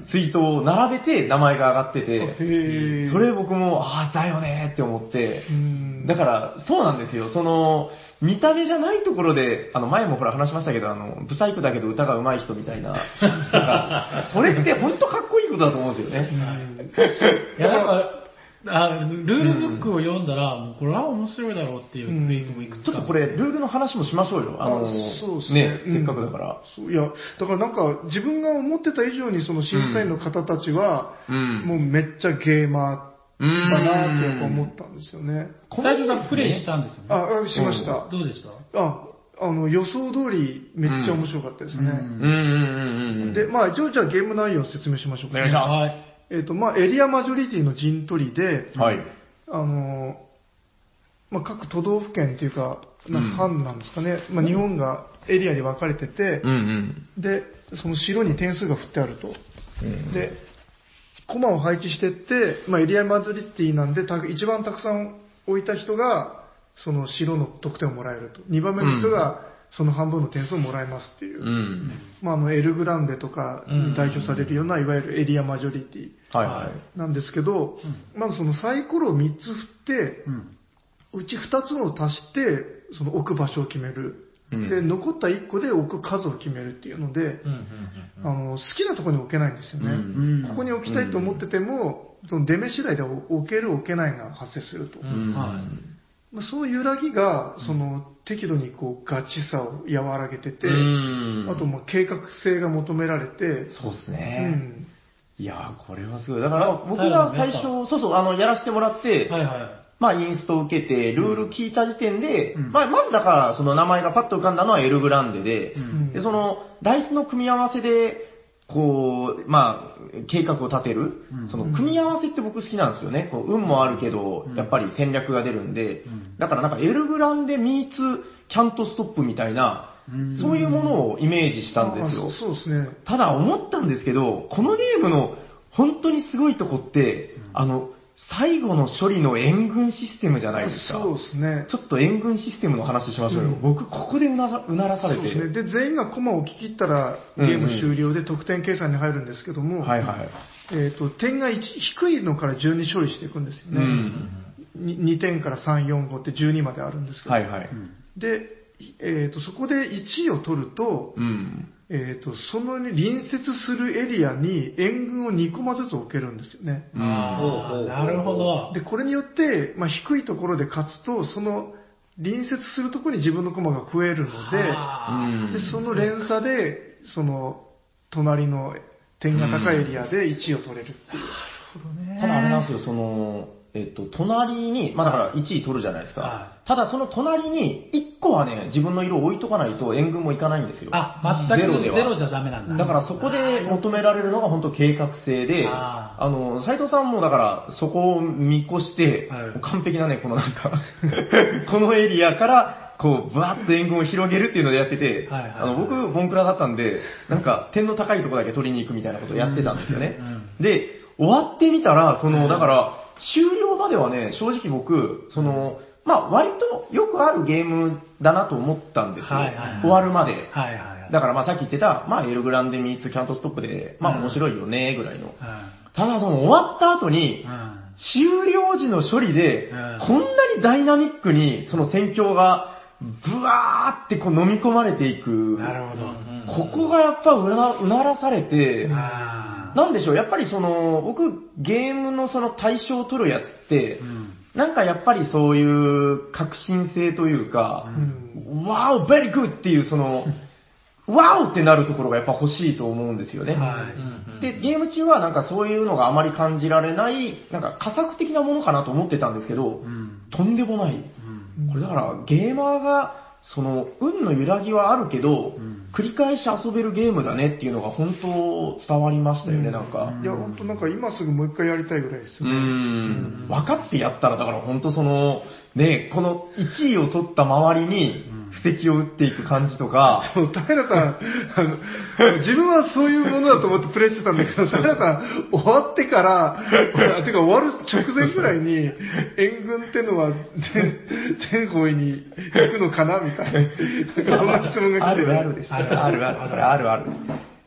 ツイートを並べて名前が上がってて、 へーそれ僕も、ああ、だよねって思って、 うんだから、そうなんですよ。その、見た目じゃないところで、あの、前もほら話しましたけど、あの、ブサイクだけど歌が上手い人みたいな、なんか、それって本当かっこいいことだと思うんですよね。 いや、なんか、あルールブックを読んだら、もうこれは面白いだろうっていうツイートもいくつか。 ちょっとこれ、ルールの話もしましょうよ。あの、 あそうですねね、せっかくだから。 そういや、だからなんか自分が思ってた以上にその審査員の方たちは、 うんもうめっちゃゲーマうーだなってやっぱん思ったんですよね。 斉藤さんプレイしたんですよね。 あ、あしました。 どうでした？ あ、あの予想通りめっちゃ面白かったですね。 うんうんうんうんうん。 で、まあ一応じゃあゲーム内容を説明しましょうか、 お願いしますはい。 えっ、と、まあエリアマジョリティの陣取りで、 はい。 あの、まあ各都道府県っていうか、まあうん藩なんですかね、まあ日本がエリアに分かれててう、んで、その城に点数が振ってあると。 うん。 で、コマを配置してって、まあ、エリアマジョリティなんで、た一番たくさん置いた人が、その城の得点をもらえると。にばんめの人が、その半分の点数をもらえますっていう。 うん。 まあ、あの、エルグランデとかに代表されるような、いわゆるエリアマジョリティはいはい。 なんですけど、まずそのサイコロをみっつ振って、 うん。 うちふたつを足して、その置く場所を決める。 うんで、残ったいっこで置く数を決めるっていうので、 うんうんうんあの、好きなところに置けないんですよね。 うんここに置きたいと思ってても、その出目次第で置ける置けないが発生すると。 うんはいまあ、その揺らぎが、その適度にこうガチさを和らげてて、 うんあともう計画性が求められて、 そうですうね。 ん。 いやー、これはすごい。だからあ僕が最最後初、そうそう、あの、やらせてもらって、 はいはい。 まあ、インストを受けて、ルール聞いた時点で、 うんまあ、まずだから、その名前がパッと浮かんだのはエルグランデで、 うんで、その、ダイスの組み合わせで、こう、まあ、計画を立てる、 うんその、組み合わせって僕好きなんですよね。こう、運もあるけどうん、 やっぱり戦略が出るんで、 うんだからなんか、エルグランデミーツキャントストップみたいな、 うんそういうものをイメージしたんですよあ。そうですね。 ただ思ったんですけど、このゲームの本当にすごいとこって、あの、最後の処理の援軍システムじゃないですか。 そうですね。 ちょっと援軍システムの話しましょうよ。 うん僕、ここでうならうならされて。 そうですね。で、全員がコマを置き切ったら、ゲーム終了で得点計算に入るんですけども、 はいはい。 えっ、と、点がいち低いのから順に処理していくんですようね。 ん。 ににてんからさん、よん、ごってじゅうにまであるんですけど、 はいはい。 で、えっ、と、そこでいちいを取ると、 うん。 えっ、と、その隣接するエリアに援軍をにコマずつ置けるんですよね。 うん。 ああ、なるほど。 で、これによって、まあ、低いところで勝つと、その隣接するところに自分のコマが増えるのはうんで、で、その連鎖で、その、隣の点が高いエリアでいちいを取れるっていう。 ただあれなんですよ、その、えっと、隣に、まあだからいちい取るじゃないですか。 はただその隣にいっこはね、自分の色を置いとかないと援軍もいかないんですよ。 あ、全くゼロではゼロじゃダメなんだ。 だからそこで求められるのが本当計画性で、 あーあの、斉藤さんもだからそこを見越して、 はいもう完璧なね、このなんか、このエリアから、こう、ブワッと援軍を広げるっていうのでやってて、 はいはいはいあの、僕、ボンクラだったんで、なんか、点の高いところだけ取りに行くみたいなことをやってたんですよね。 うんで、終わってみたら、その、だから、終了まではね、正直僕、その、まあ、割とよくあるゲームだなと思ったんですよ。 はいはいはい終わるまで。 はいはいはい。 だからまあさっき言ってた、まあエルグランデミーツキャントストップで、まあ面白いよね、ぐらいの。 うんただその終わった後にう、ん終了時の処理でうん、 こんなにダイナミックにその戦況が、ブワーってこう飲み込まれていく。 なるほど。 ここがやっぱうなうならされて、 あなんでしょう、やっぱりその、僕、ゲームのその対象を取るやつってー、うんなんかやっぱりそういう革新性というか、 うんワオ、ベリーグッっていうその、ワオってなるところがやっぱ欲しいと思うんですよね。 はいで、ゲーム中はなんかそういうのがあまり感じられない、なんか佳作的なものかなと思ってたんですけど、 うんとんでもない。 うんこれだからゲーマーが、その、運の揺らぎはあるけど、 うん繰り返し遊べるゲームだねっていうのが本当伝わりましたよね、なんか。 いや、本当なんか今すぐもう一回やりたいぐらいですうーよね。 ん。分かってやったら、だから本当その、ね、このいちいを取った周りに布石を打っていく感じとか、 そう、平さん、あの、自分はそういうものだと思ってプレイしてたんだけど、平さん、終わってから、あてか終わる直前ぐらいに、援軍ってのは全、全方位に行くのかなみたいな。なんかそんな質問が来てあるあるです。あるある。これあるあるです。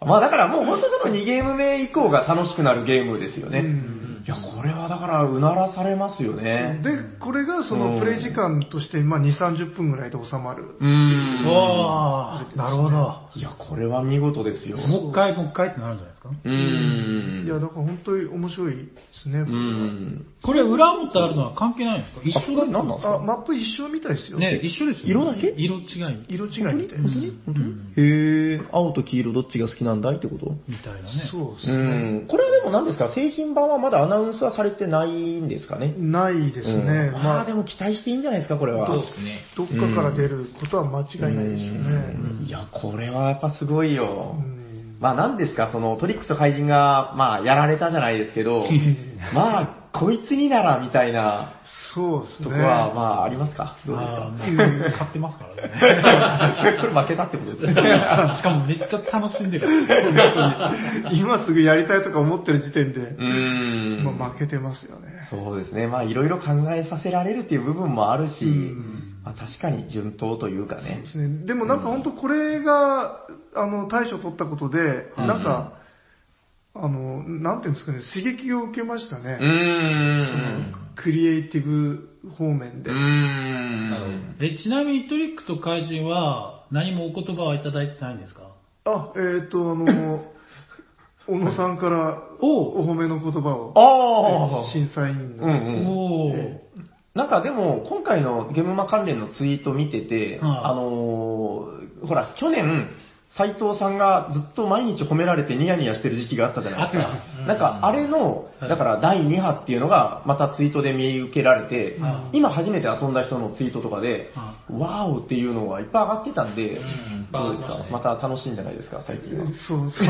まあだからもう本当そのにゲーム目以降が楽しくなるゲームですよね。 うんいや、これはだからうならされますよね。 で、これがそのプレイ時間として、まあに、さんじゅっぷんぐらいで収まる。 うーん。 おー、なるほど。 いや、これは見事ですよ。 もう一回、もう一回ってなるんじゃないですか。 うーん。 いや、だから本当に面白いですね。 うーん。 これ裏表あるのは関係ないんですか？一緒だあこれ何なんですかあ、マップ一緒みたいですよ。 ね、一緒ですよね。 色だけ色違い。 色違いみたいです。 本当にへー。青と黄色どっちが好きなんだいってことみたいなね。 そうですうね。 ん。これはでも何ですか、製品版はまだアナウンスはされてないんですかね。 ないですうんね。 まあでも期待していいんじゃないですか、これは。 そうですね。 どっかから出ることは間違いないでしょうね。 いや、これはやっぱすごいよ。 うんまあ何ですか、そのトリックと怪人が、まあやられたじゃないですけど、まあ、こいつにならみたいなそうですね。 とこは、まあありますか、どうですか。 あーまあ買ってますからね。 これ負けたってことですね。 しかもめっちゃ楽しんでる。 今すぐやりたいとか思ってる時点で、 うーん。 まあ負けてますよね。 そうですね。まあいろいろ考えさせられるっていう部分もあるし、 うんまあ確かに順当というかねそうで。すね。でもなんか本当これが、あの、大賞取ったことで、 うんなんか、あの、なんていうんですかね、刺激を受けましたね。 うーそのん。 クリエイティブ方面で。 うーん。 え、ちなみにトリックと怪人は何もお言葉はいただいてないんですか？ あ、えっ、と、あの、小野さんからおお褒めの言葉を、 ああ。 審査員の、 うんうん。 おー。 えなんかでも、今回のゲームマ関連のツイート見てて、 はいあのー、ほら、去年、斉藤さんがずっと毎日褒められてニヤニヤしてる時期があったじゃないですあかっ。 なんか、あれの、 はいだからだいに波っていうのが、またツイートで見受けられて、 は今初めて遊んだ人のツイートとかで、 はワーオっていうのがいっぱい上がってたんで、 うんどうですか、 上がってままた楽しいんじゃないですか、最近は。 そうそう。い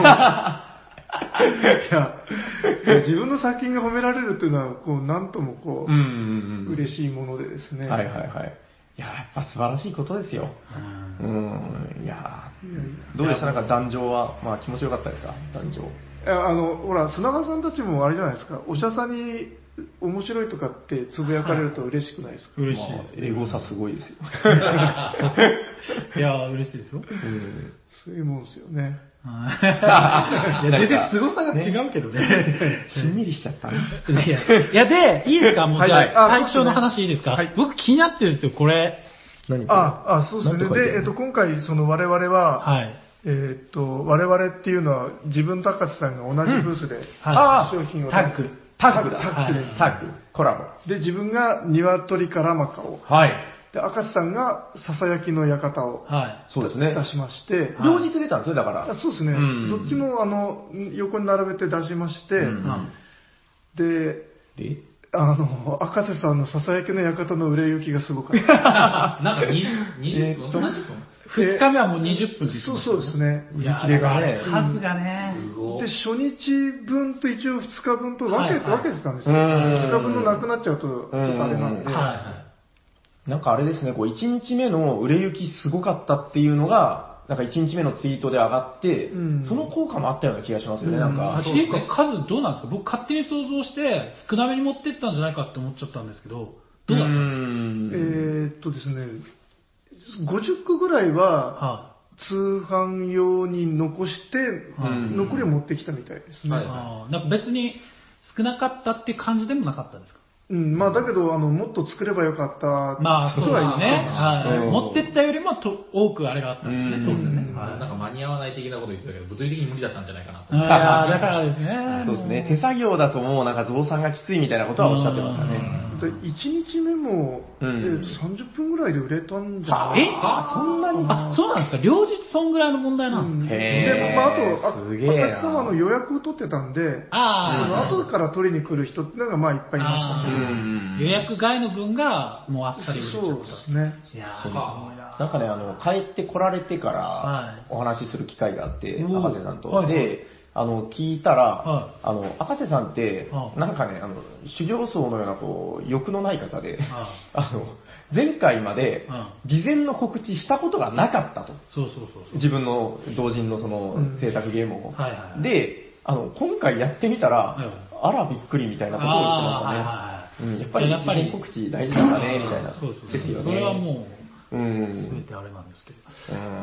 や、自分の作品が褒められるっていうのは、こう、なんともこう、 うんうんうん。 嬉しいものでですね。 はいはいはい。いや、やっぱ素晴らしいことですよ。 うんうん、いやいやいやーどうでしたなんか壇上は、まあ気持ちよかったですか壇上。 いやあの、ほら、砂川さんたちもあれじゃないですか、おしゃさんに面白いとかってつぶやかれると嬉しくないですか。 嬉しいまあです。 エゴさすごいですよ。 いや、嬉しいですよ。 うんそういうもんですよね。 はいいや、全然凄さが違うけどね。 しんみりしちゃった。 いや、いやで、いいですかもうじゃあ、 はい最初の話いいですか、 はい僕気になってるんですよ、これ。 何これあ、あ、そうですね。 なんて書いてあるで、えっと、今回、その我々は、 はい。 えっと、我々っていうのは、自分と赤瀬さんが同じブースで、 は商品をい。タッグ。 タッグだ。 タッグではいタッグ。コラボ。 で、自分が鶏からマカを、 はい。 で、赤瀬さんがささやきの館をはい。 そうですね出。しまして、 両日出たんですよ、だから。 あそうですね、 うんどっちもあの横に並べて出しまして、 うんで、 であの、赤瀬さんのささやきの館の売れ行きがすごかった。 なんかにじゅう、にじゅっぷん、 えーっとななじゅっぷん二日目はもうにじゅっぷんって言ってそうましたねそうですね。 売り切れがね。 数がね。 すごいで、初日分と一応二日分と分け,、 はいはい分けてたんですよ。 うん二日分のなくなっちゃうと、ちょっとあれなんで。 うんはなんかあれですね、こう、いちにちめの売れ行きすごかったっていうのが、なんかいちにちめのツイートで上がって、 うんその効果もあったような気がしますよね、なんい。 か。 っていうか数どうなんですか僕勝手に想像して少なめに持ってったんじゃないかって思っちゃったんですけど、どうだったんですかえんーっとですね、ごじゅっこぐらいはは通販用に残して、 うん残りを持ってきたみたいですね。 はいい。あーなんか別に少なかったって感じでもなかったんですかうん、まあだけど、あの、もっと作ればよかったまあそうですね。 とは言ってましたはい。 うん持ってったよりもと多くあれがあったんですね、 うん当然ね。 うんはいなんか間に合わない的なこと言ってたけど、物理的に無理だったんじゃないかなと。 いやーだからですね。 そうですね、手作業だともうなんか増産がきついみたいなことはおっしゃってましたね。 でいちにちめも、 うんえーとさんじゅっぷんぐらいで売れたんじゃないえあ、そんなにあ、そうなんですか両日そんぐらいの問題なんですか、 へーで、まあ、あと、あすげえな赤字様の予約を取ってたんで、 あそのあ、 後から取りに来る人ってのがまあいっぱいいましたあね。 うん予約外の分がもうあっさり売れちゃった。 そうですね。 いやー、すごいな。 なんかね、あの、帰ってこられてかはいらお話しする機会があって、 おー赤瀬さんと。 はいはいで、あの、聞いたら、 はいあの、赤瀬さんっては、いなんかね、あの、修行僧のような、こう、欲のない方で、 はあの、前回までうん、 事前の告知したことがなかったと。 そうそうそうそう。 自分の同人のそのうん制作ゲームを。 はいはいはいで、あの、今回やってみたら、 うんあらびっくりみたいなことを言ってましたね。 あーはいはいはいうん、やっぱりやっぱり事前告知大事なんだね、みたいな。 そうそうそう。 ですよね。 それはもうう、すべん。 てあれなんですけど。 うん。 いやーまあで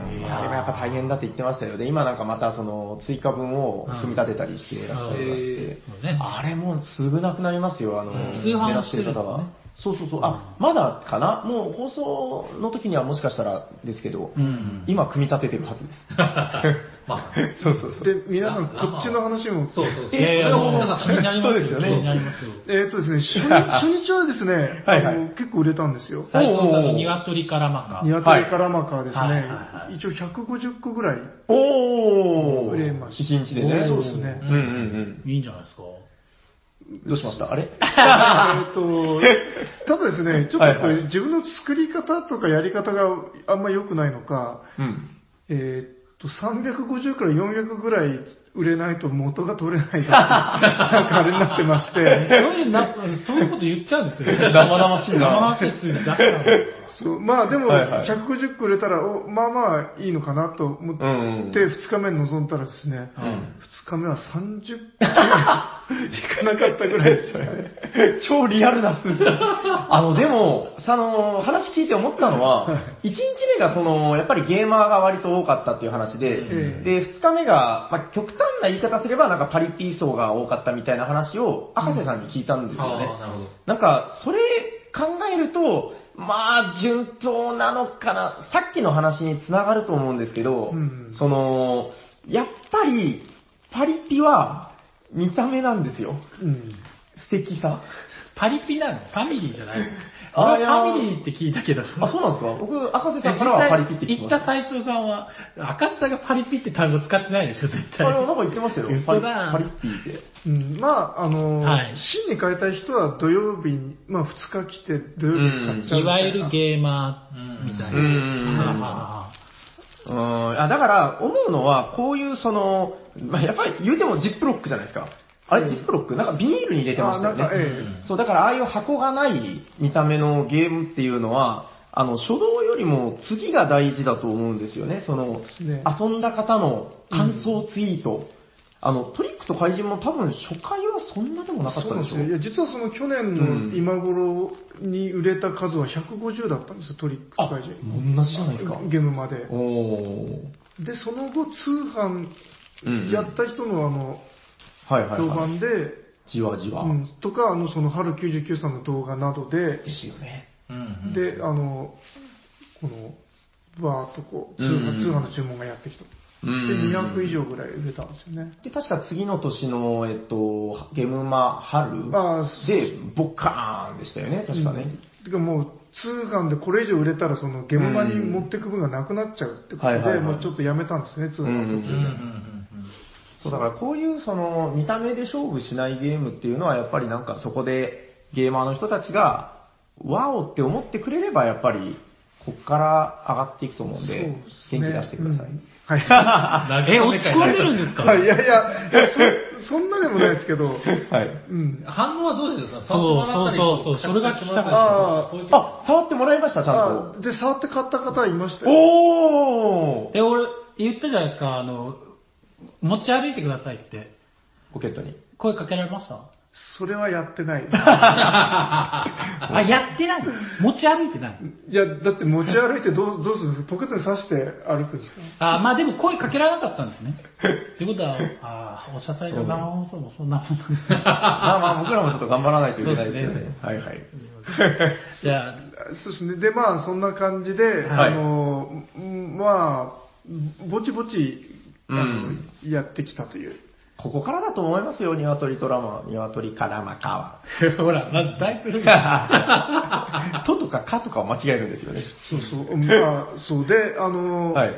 もやっぱ大変だって言ってましたよ。で、今なんかまたその追加分を組み立てたりしてらっしゃったりとかして、 そうね。 あれもうすぐなくなりますよ、あの、 通販狙ってる方は。 してるんですねそうそうそう。あ、まだかなもう放送の時にはもしかしたらですけど、 うん今組み立ててるはずです。 まさに。 そうそうそう。 で、皆さん、こっちの話も。 そうそうそう。 いやいや、 これもうも面白かった気になりますよ。 そうですよね気になりますよ。 えーっとですね、初日初日はですね、 はいはいあの結構売れたんですよ。 斉藤さんの鶏からまか。 ニワトリからマカはですね、 はいはいはい一応ひゃくごじゅっこぐらい。 おー売れました一日でね。 そうですねうんうんいいんじゃないですか。 うん。どうしましたあれえーっと、ただですね、ちょっとこはいはいれ自分の作り方とかやり方があんま良くないのか、 うん。 えーっと、さんびゃくごじゅうからよんひゃくぐらい売れないと元が取れないとか、なんかあれになってましそうて、 いうな、そういうこと言っちゃうんですよね。 生々しいな生々しい数字出したの。 そうまあでも、 はいはいひゃくごじゅっこ売れたら、おまあまあいいのかなと思って、 うんうん。 で、ふつかめに臨んだらですね、 うんふつかめはさんじゅっこいかなかったぐらいですね。 超リアルな数字。あの、でも、その、話聞いて思ったのは、いちにちめがその、やっぱりゲーマーが割と多かったっていう話で、 ええで、ふつかめが、まあ、極端な言い方すれば、なんかパリピ層が多かったみたいな話を、赤瀬さんに聞いたんですよね。 ああ、なるほど。 なんか、それ考えると、まあ、順当なのかな。さっきの話につながると思うんですけど、 うんその、やっぱり、パリピは、見た目なんですよ。 うん素敵さ。 パリピなのファミリーじゃないのあ俺はファミリーって聞いたけど。 あ、そうなんですか僕、赤瀬さん実からはパリピって際聞きました。 言った斉藤さんは、赤瀬さんがパリピって単語使ってないでしょ、絶対。 あれ、なんか言ってましたよ。パリ嘘だパリピって。 うん、まあ、あの、 はい真に変えたい人は土曜日に、まあふつか来て土曜日に買っちゃうみたいな。 いわゆるゲーマーみたいな。 うんはあはあはうん、あだから、思うのは、こういうその、まあ、やっぱり言うてもジップロックじゃないですか。あれ、 ええジップロックなんかビニールに入れてましたよね。 あなんかええそう、だからああいう箱がない見た目のゲームっていうのは、あの、初動よりも次が大事だと思うんですよね。その、 すね遊んだ方の感想ツイート。あの、トリックと怪人も多分初回はそんなでもなかったでしょ。 そうなんですよ。いや、実はその去年の今頃に売れた数はひゃくごじゅうだったんですよ、トリックとあ、 怪人。 同じじゃないですか。 ゲームまで。 おー。 で、その後、通販うんうんやった人のあの、 はいはい評はい。 判で、 じわじわ。 うん、とか、あの、その、春きゅうじゅうきゅうさんの動画などで、 ですよね。 うんうん。 で、あの、この、バーっとこう、通うん販、通販の注文がやってきたと。 うで、 んにひゃく以上ぐらい売れたんですよね。 で、確か次の年の、えっと、ゲームマ春ああ、そうで、ボッカーンでしたよね、確かね。 うんてかもう、通販でこれ以上売れたら、その、ゲームマに持ってく分がなくなっちゃうってことで、 はいはいはいもうちょっとやめたんですね、通販の途中で。 うんうんうんそう、だからこういうその、見た目で勝負しないゲームっていうのは、やっぱりなんかそこで、ゲーマーの人たちが、ワオって思ってくれれば、やっぱり、こっから上がっていくと思うんで、 そうですね元気出してください。 うんはい。 え、落ち込んでるんですかはい、いやいや、いやそそんなでもないですけど、 はい。 うん。 反応はどうしてですかそうそうそうそうそれが聞きたかったあそういうあ、触ってもらいました、ちゃんと。 あで、触って買った方いましたよ。 おーえ、俺、言ったじゃないですか、あの、持ち歩いてくださいって。 ポケットに。 声かけられましたそれはやってない。 あ、やってない持ち歩いてないいや、だって持ち歩いてどうどうするんですか？ポケットに刺して歩くんですか？ あ、まあでも声かけられなかったんですね。ってことは、ああ、おしゃさいの生放送もそんなもん。 まあまあ、僕らもちょっと頑張らないといけないですよそうですね。はいはい。 じゃあ、 そうですね。で、まあ、そんな感じで、 はいあの、うんまあ、ぼちぼち、あのうんやってきたという。 ここからだと思いますよ、ニワトリトラマ、ニワトリカラマカは。 ほら、まずタイトルととかかとかを間違えるんですよね。 そうそう。まあ、そうで、あの、 はい。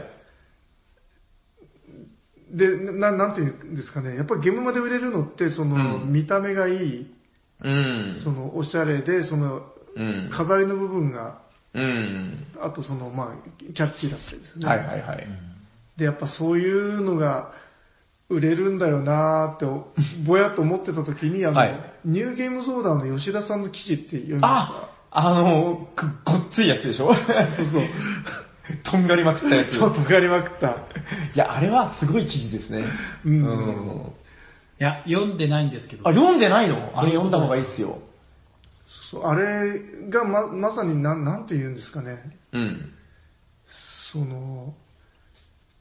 で、ななんていうんですかね。やっぱりゲームまで売れるのって、その、 うん見た目がいい、 うん。 その、おしゃれで、その、 うん。 飾りの部分が、 うん。 あとその、まあ、キャッチーだったりですね。 はいはいはい。 で、やっぱそういうのが売れるんだよなーって、ぼやっと思ってた時に、あの、 はいニューゲームゾーダーの吉田さんの記事って読みまあ、あの、くごっついやつでしょしたそうそう。 とんがりまくったやつ。 そう、とがりまくった。 いや、あれはすごい記事ですね。 うんんいや、読んでないんですけど。 あ、読んでないのあれ読んだ方がいいっすよ。 そうあれがま、まさになん、なんて言うんですかね。 うん。 その、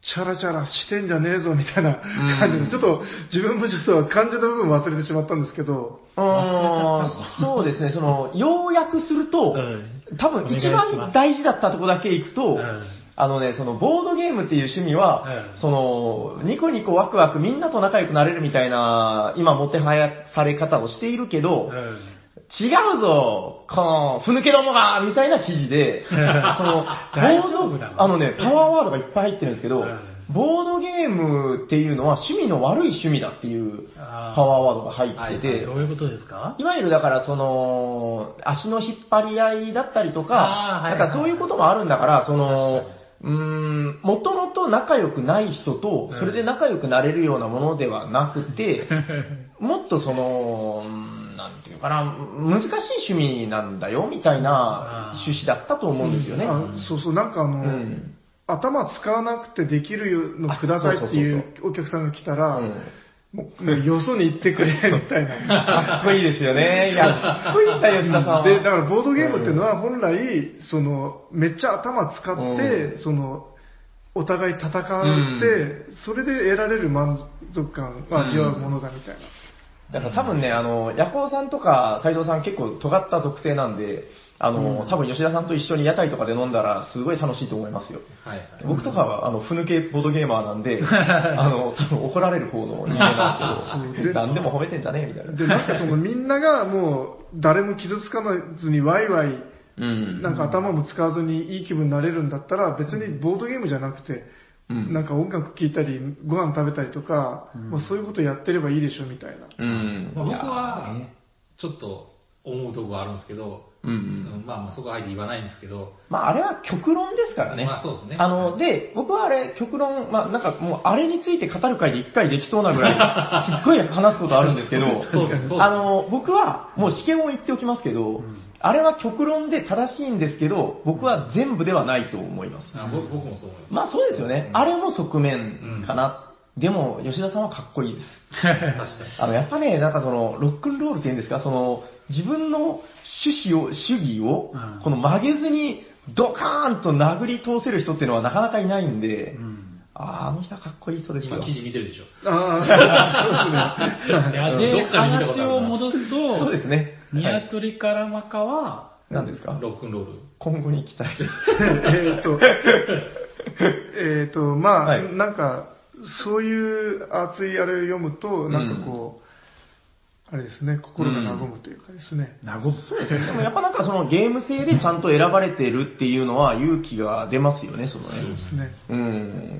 チャラチャラしてんじゃねえぞみたいな感じで、ちょっと自分もちょっと漢字の部分忘れてしまったんですけど。 うーん、そうですね、その、要約すると、うん、多分一番大事だったところだけいくと、うん、あのね、そのボードゲームっていう趣味は、うん、その、ニコニコワクワクみんなと仲良くなれるみたいな、今もてはやされ方をしているけど、うん、違うぞこの、ふぬけどもがみたいな記事で、その、ボード、あのね、パワーワードがいっぱい入ってるんですけど、うん、ボードゲームっていうのは趣味の悪い趣味だっていうパワーワードが入ってて、 はい、どういうことですか？ いわゆるだからその、足の引っ張り合いだったりとか、なんかそういうこともあるんだから、その、うーん、もともと仲良くない人と、それで仲良くなれるようなものではなくて、うん、もっとその、なんていうかな、難しい趣味なんだよ、みたいな趣旨だったと思うんですよね。 うん、そうそう、なんかあの、うん、頭使わなくてできるのくださいっていうお客さんが来たら、もうよそに行ってくれ、みたいな。 かっこいいですよね。いや、かっこいいんだよ、吉田さんは。 で、だからボードゲームっていうのは本来、その、めっちゃ頭使って、うん、その、お互い戦って、うん、それで得られる満足感を味わうものだみたいな。 だから多分ね、あの、ヤコウさんとか斉藤さん結構尖った属性なんで、あの、うん、多分吉田さんと一緒に屋台とかで飲んだらすごい楽しいと思いますよ。はいはい、僕とかは、あの、ふぬけボードゲーマーなんで、あの、多分怒られる方の人間なんですけど、何でも褒めてんじゃねえみたいな。 で、なんかそのみんながもう、誰も傷つかずにワイワイ、うん、なんか頭も使わずにいい気分になれるんだったら、別にボードゲームじゃなくて、うん、なんか音楽聴いたり、ご飯食べたりとか、うん、まあ、そういうことやってればいいでしょみたいな。 うん、まあ、僕は、ちょっと思うところがあるんですけど、うんうん、まあまあそこはあえて言わないんですけど。 まああれは極論ですからね。 まあそうですね。 あの、で、僕はあれ、極論、まあなんかもうあれについて語る会で一回できそうなぐらい、すっごい話すことあるんですけど、そうですあの、僕はもう試験を言っておきますけど、うん、あれは極論で正しいんですけど、僕は全部ではないと思います。 あ僕僕もそう思います。 まあそうですよね。うん、あれも側面かな。うんでも、吉田さんはかっこいいです。確かに。あの、やっぱね、なんかその、ロックンロールって言うんですか、その、自分の趣旨を、主義を、うん、この曲げずに、ドカーンと殴り通せる人っていうのはなかなかいないんで、うん、ああ、あの人はかっこいい人ですよ。 今記事見てるでしょ。 ああ、そうですね。 いや、で、話を戻すと、 そうですね。 ニワトリカラマカは、 何ですかロックンロール。 今後に期待。 えっと、えっと、まあ、はい、なんか、そういう熱いあれを読むと、なんかこう、うん、あれですね、心が和むというかですね。 和む。そうですね。でもやっぱなんかそのゲーム性でちゃんと選ばれてるっていうのは勇気が出ますよね、そのね。 そうですね。 うん。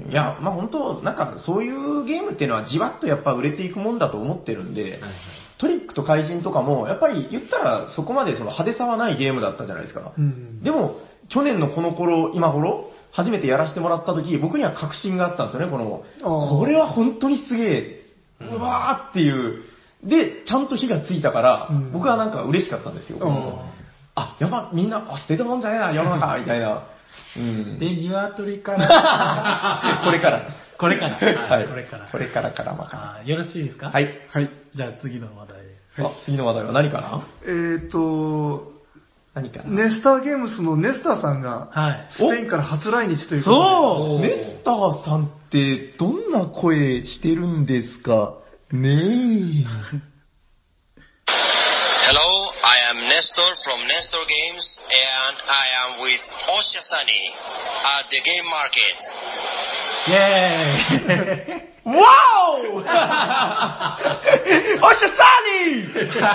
いや、まあ本当なんかそういうゲームっていうのはじわっとやっぱ売れていくもんだと思ってるんで、はいはい、トリックと怪人とかも、やっぱり言ったらそこまでその派手さはないゲームだったじゃないですか。うん、でも、去年のこの頃、今頃、初めてやらせてもらった時、僕には確信があったんですよね、この、これは本当にすげえ、うわーっていう、で、ちゃんと火がついたから、うん、僕はなんか嬉しかったんですよ。あ、やば、みんな、あ、捨てたもんじゃねえな、世の中、みたいな。 うん、で、鶏から、 これからです。 これから。 はい。 これから。 これからからまか。 よろしいですか？ はい。 はい。 じゃあ次の話題。 あ、次の話題は何かな？ えーと、 何かなネスターゲームスのネスターさんが、はい、スペインから初来日ということで。そうネスターさんってどんな声してるんですかねえ。 Hello, I am Nestor from Nestor Games and I am with Oshasani at the game market. Yay! Wow! Oshasani!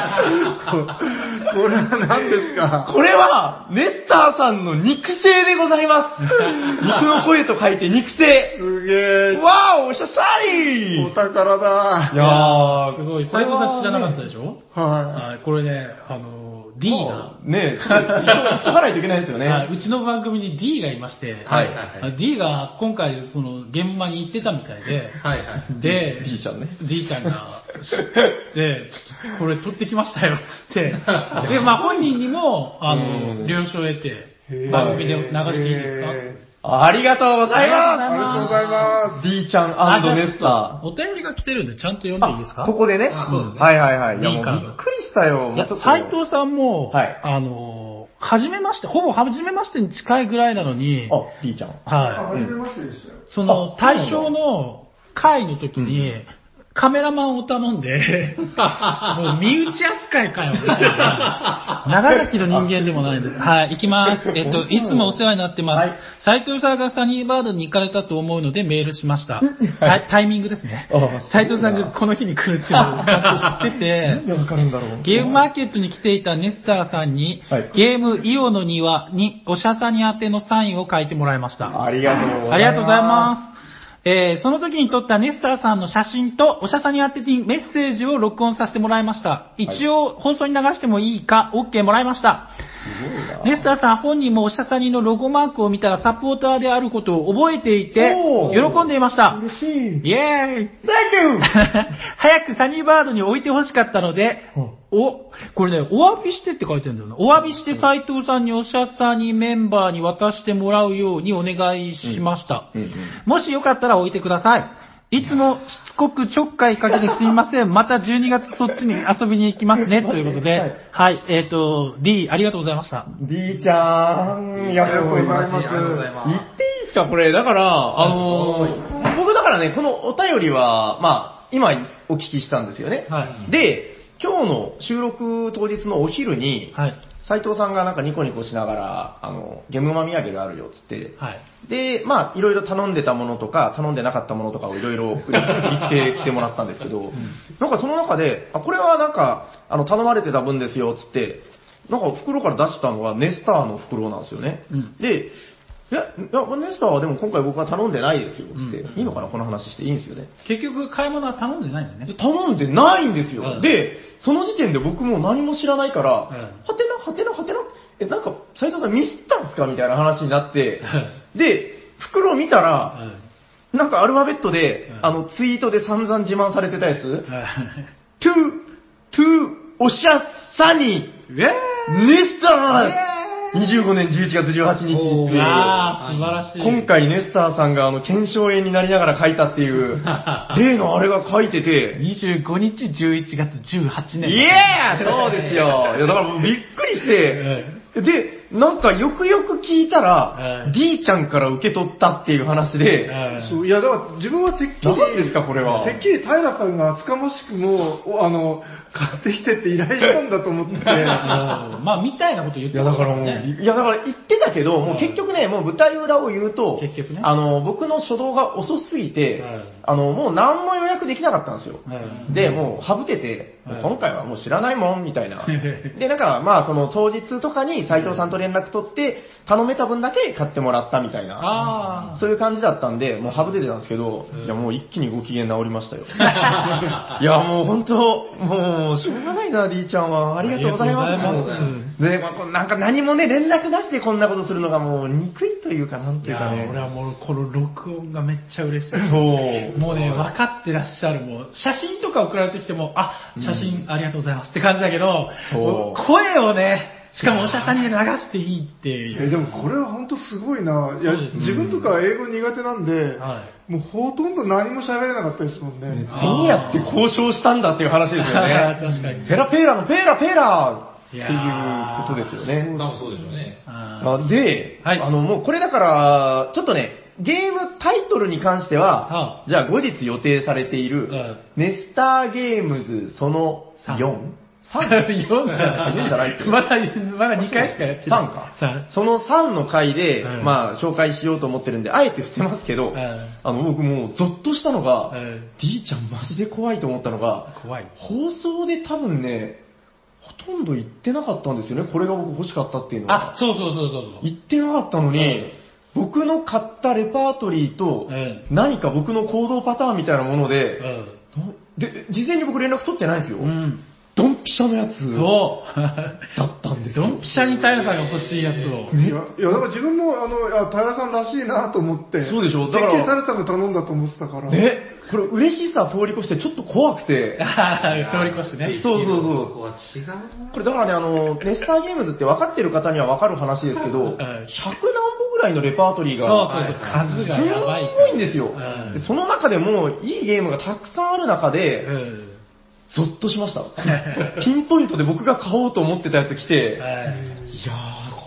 これは何ですか？ これは、ネスターさんの肉声でございます。肉の声と書いて肉声。 すげえ。 わお、Oshasani! お宝だ。 いやー、すごい。斉藤さん知らなかったでしょ？ はい。 これね、あの、D が、 ねえ、言っとかないといけないですよね。 うちの番組に D がいまして、はいはいはい、D が今回その現場に行ってたみたいで、 はいはい、 で、 D ちゃんね。 D ちゃんが、で、これ撮ってきましたよって、で、まあ本人にも、あの、了承を得て、番組で流していいですか？ ありがとうございます。 ありがとうございます。 D ちゃん&ネスター。お便りが来てるんでちゃんと読んでいいですか？ ここでね。 そうですね。 はいはいはい。いやもうびっくりしたよ。 斉藤さんも、 はい、 あの、 初めまして、ほぼ初めましてに近いぐらいなのに、 あ、D ちゃん。 はい。 初めましてでしたよ。 その、対象の会の時に、カメラマンを頼んで、もう身内扱いかよ、みたいな。長崎の人間でもないんで。はい、行きます。えっと、いつもお世話になってます。斉藤さんがサニーバードに行かれたと思うのでメールしました。タ, タイミングですね。斉藤さんがこの日に来るっていうのをちゃんと知ってて、 なんでわかるんだろう。 ゲームマーケットに来ていたネスターさんに、はい、ゲームイオの庭におしゃさに宛てのサインを書いてもらいました。 ありがとうございます。 ありがとうございます。えー、その時に撮ったネスターさんの写真とおしゃさに宛てにメッセージを録音させてもらいました。一応放送に流してもいいか OK もらいました。ネスターさん本人もおしゃさにのロゴマークを見たらサポーターであることを覚えていて喜んでいました。 嬉しい。 イエーイ Thank you 早くサニーバードに置いてほしかったので、お、これね、お詫びしてって書いてるんだよな。お詫びして斉藤さんにおしゃさにメンバーに渡してもらうようにお願いしました。うんうんうん、もしよかったら置いてください。いつもしつこくちょっかいかけてすみません。またじゅうにがつそっちに遊びに行きますね。ということで、はい、はい、えっ、ー、と、D、ありがとうございました。 D ちゃん、ありがとうございます。言っていいですかこれ、だから、あのー、僕だからね、このお便りは、まあ、今お聞きしたんですよね。はい、で、今日の収録当日のお昼に、はい、斉藤さんがなんかニコニコしながら、あの、ゲムマ土産があるよっつって、はい、で、まあ、いろいろ頼んでたものとか、頼んでなかったものとかをいろいろ見つけてもらったんですけど、うん、なんかその中で、あ、これはなんか、あの、頼まれてた分ですよっつって、なんか袋から出したのがネスターの袋なんですよね。うん、で、いや、いや、ネスターはでも今回僕は頼んでないですよ、つって。うん、いいのかなこの話していいんですよね。 結局買い物は頼んでないんだよね。 頼んでないんですよ。うん、で、その時点で僕も何も知らないから、はてな、はてな、はてな、え、なんか、斉藤さんミスったんですかみたいな話になって、で、袋を見たら、なんかアルファベットで、あの、ツイートで散々自慢されてたやつ、トゥ、トゥ、おしゃさに、ネスターにじゅうごねんじゅういちがつじゅうはちにちって、 あー素晴らしい。 今回ネスターさんがあの、腱鞘炎になりながら書いたっていう、例のあれが書いてて、 にじゅうごにちじゅういちがつじゅうはちねん。 イエーそうですよ。いや、だからもうびっくりして、で、なんかよくよく聞いたら、D ちゃんから受け取ったっていう話で、 そういや、だから自分はてっきり、 何ですかこれは。 てっきり平さんが厚かましくも、あの、買ってきてって依頼したんだと思って。 まあ、みたいなこと言ってましたね。いや、だからもう、いや、だから言ってたけど、もう結局ね、もう舞台裏を言うと、 結局ね、 あの、僕の初動が遅すぎて、あの、もう何も予約できなかったんですよ。で、もう省けて、今回はもう知らないもん、みたいな。で、なんか、まあ、その当日とかに斉藤さんと連絡取って、頼めた分だけ買ってもらったみたいな、そういう感じだったんで、もう省けてたんですけど、いや、もう一気にご機嫌治りましたよ。いや、もう本当、もう、しょうがないな、D ちゃんは。ありがとうございます。で、まあ、なんか何もね、連絡出してこんなことするのがもう憎いというか、なんていうかね。 いや、俺はもうこの録音がめっちゃ嬉しい。 そう。 もうね、分かってらっしゃる。もう、写真とか送られてきても、あ、写真ありがとうございますって感じだけど、声をね、しかもおしゃさんに流していいっていう。 え、でもこれは本当すごいな。いや、自分とか英語苦手なんで、はい、もうほとんど何も喋れなかったですもんね。 どうやって交渉したんだっていう話ですよね。 確かに。 ペラペーラのペーラペーラっていうことですよね。 そうですよね。 あで、はい、あの、もうこれだから、ちょっとね、ゲームタイトルに関しては、はあ、じゃあ後日予定されている、はあ、ネスターゲームズそのよん、さん? よんじゃない。 よんじゃないって。 まだ、まだにかいしかやってない。 さんか。そのさんの回で、うん、まあ、紹介しようと思ってるんで、あえて伏せますけど、うん、あの、僕もう、ゾッとしたのが、うん、D ちゃんマジで怖いと思ったのが、 怖い。 放送で多分ね、ほとんど言ってなかったんですよね。これが僕欲しかったっていうのは。 あ、そうそうそうそうそう。 言ってなかったのに、うん、僕の買ったレパートリーと、うん、何か僕の行動パターンみたいなもので、うん、で、事前に僕連絡取ってないんですよ。うんドンピシャのやつそうだったんですよ。 ドンピシャに平さんが欲しいやつを。 いや、いやだから自分もあの、いや平さんらしいなと思って。 そうでしょだから。てっきり平さんが頼んだと思ってたから。 ね。これ嬉しさ通り越してちょっと怖くて。 通り越してね。 そうそうそう。こ違うこれだからね、あの、ネスターゲームズって分かってる方には分かる話ですけど、ひゃくなんぼぐらいのレパートリーが。 そうそうそう。数がやばい。 すごいんですよ。でその中でもいいゲームがたくさんある中で、うんゾッとしました。ピンポイントで僕が買おうと思ってたやつ来て、いやー、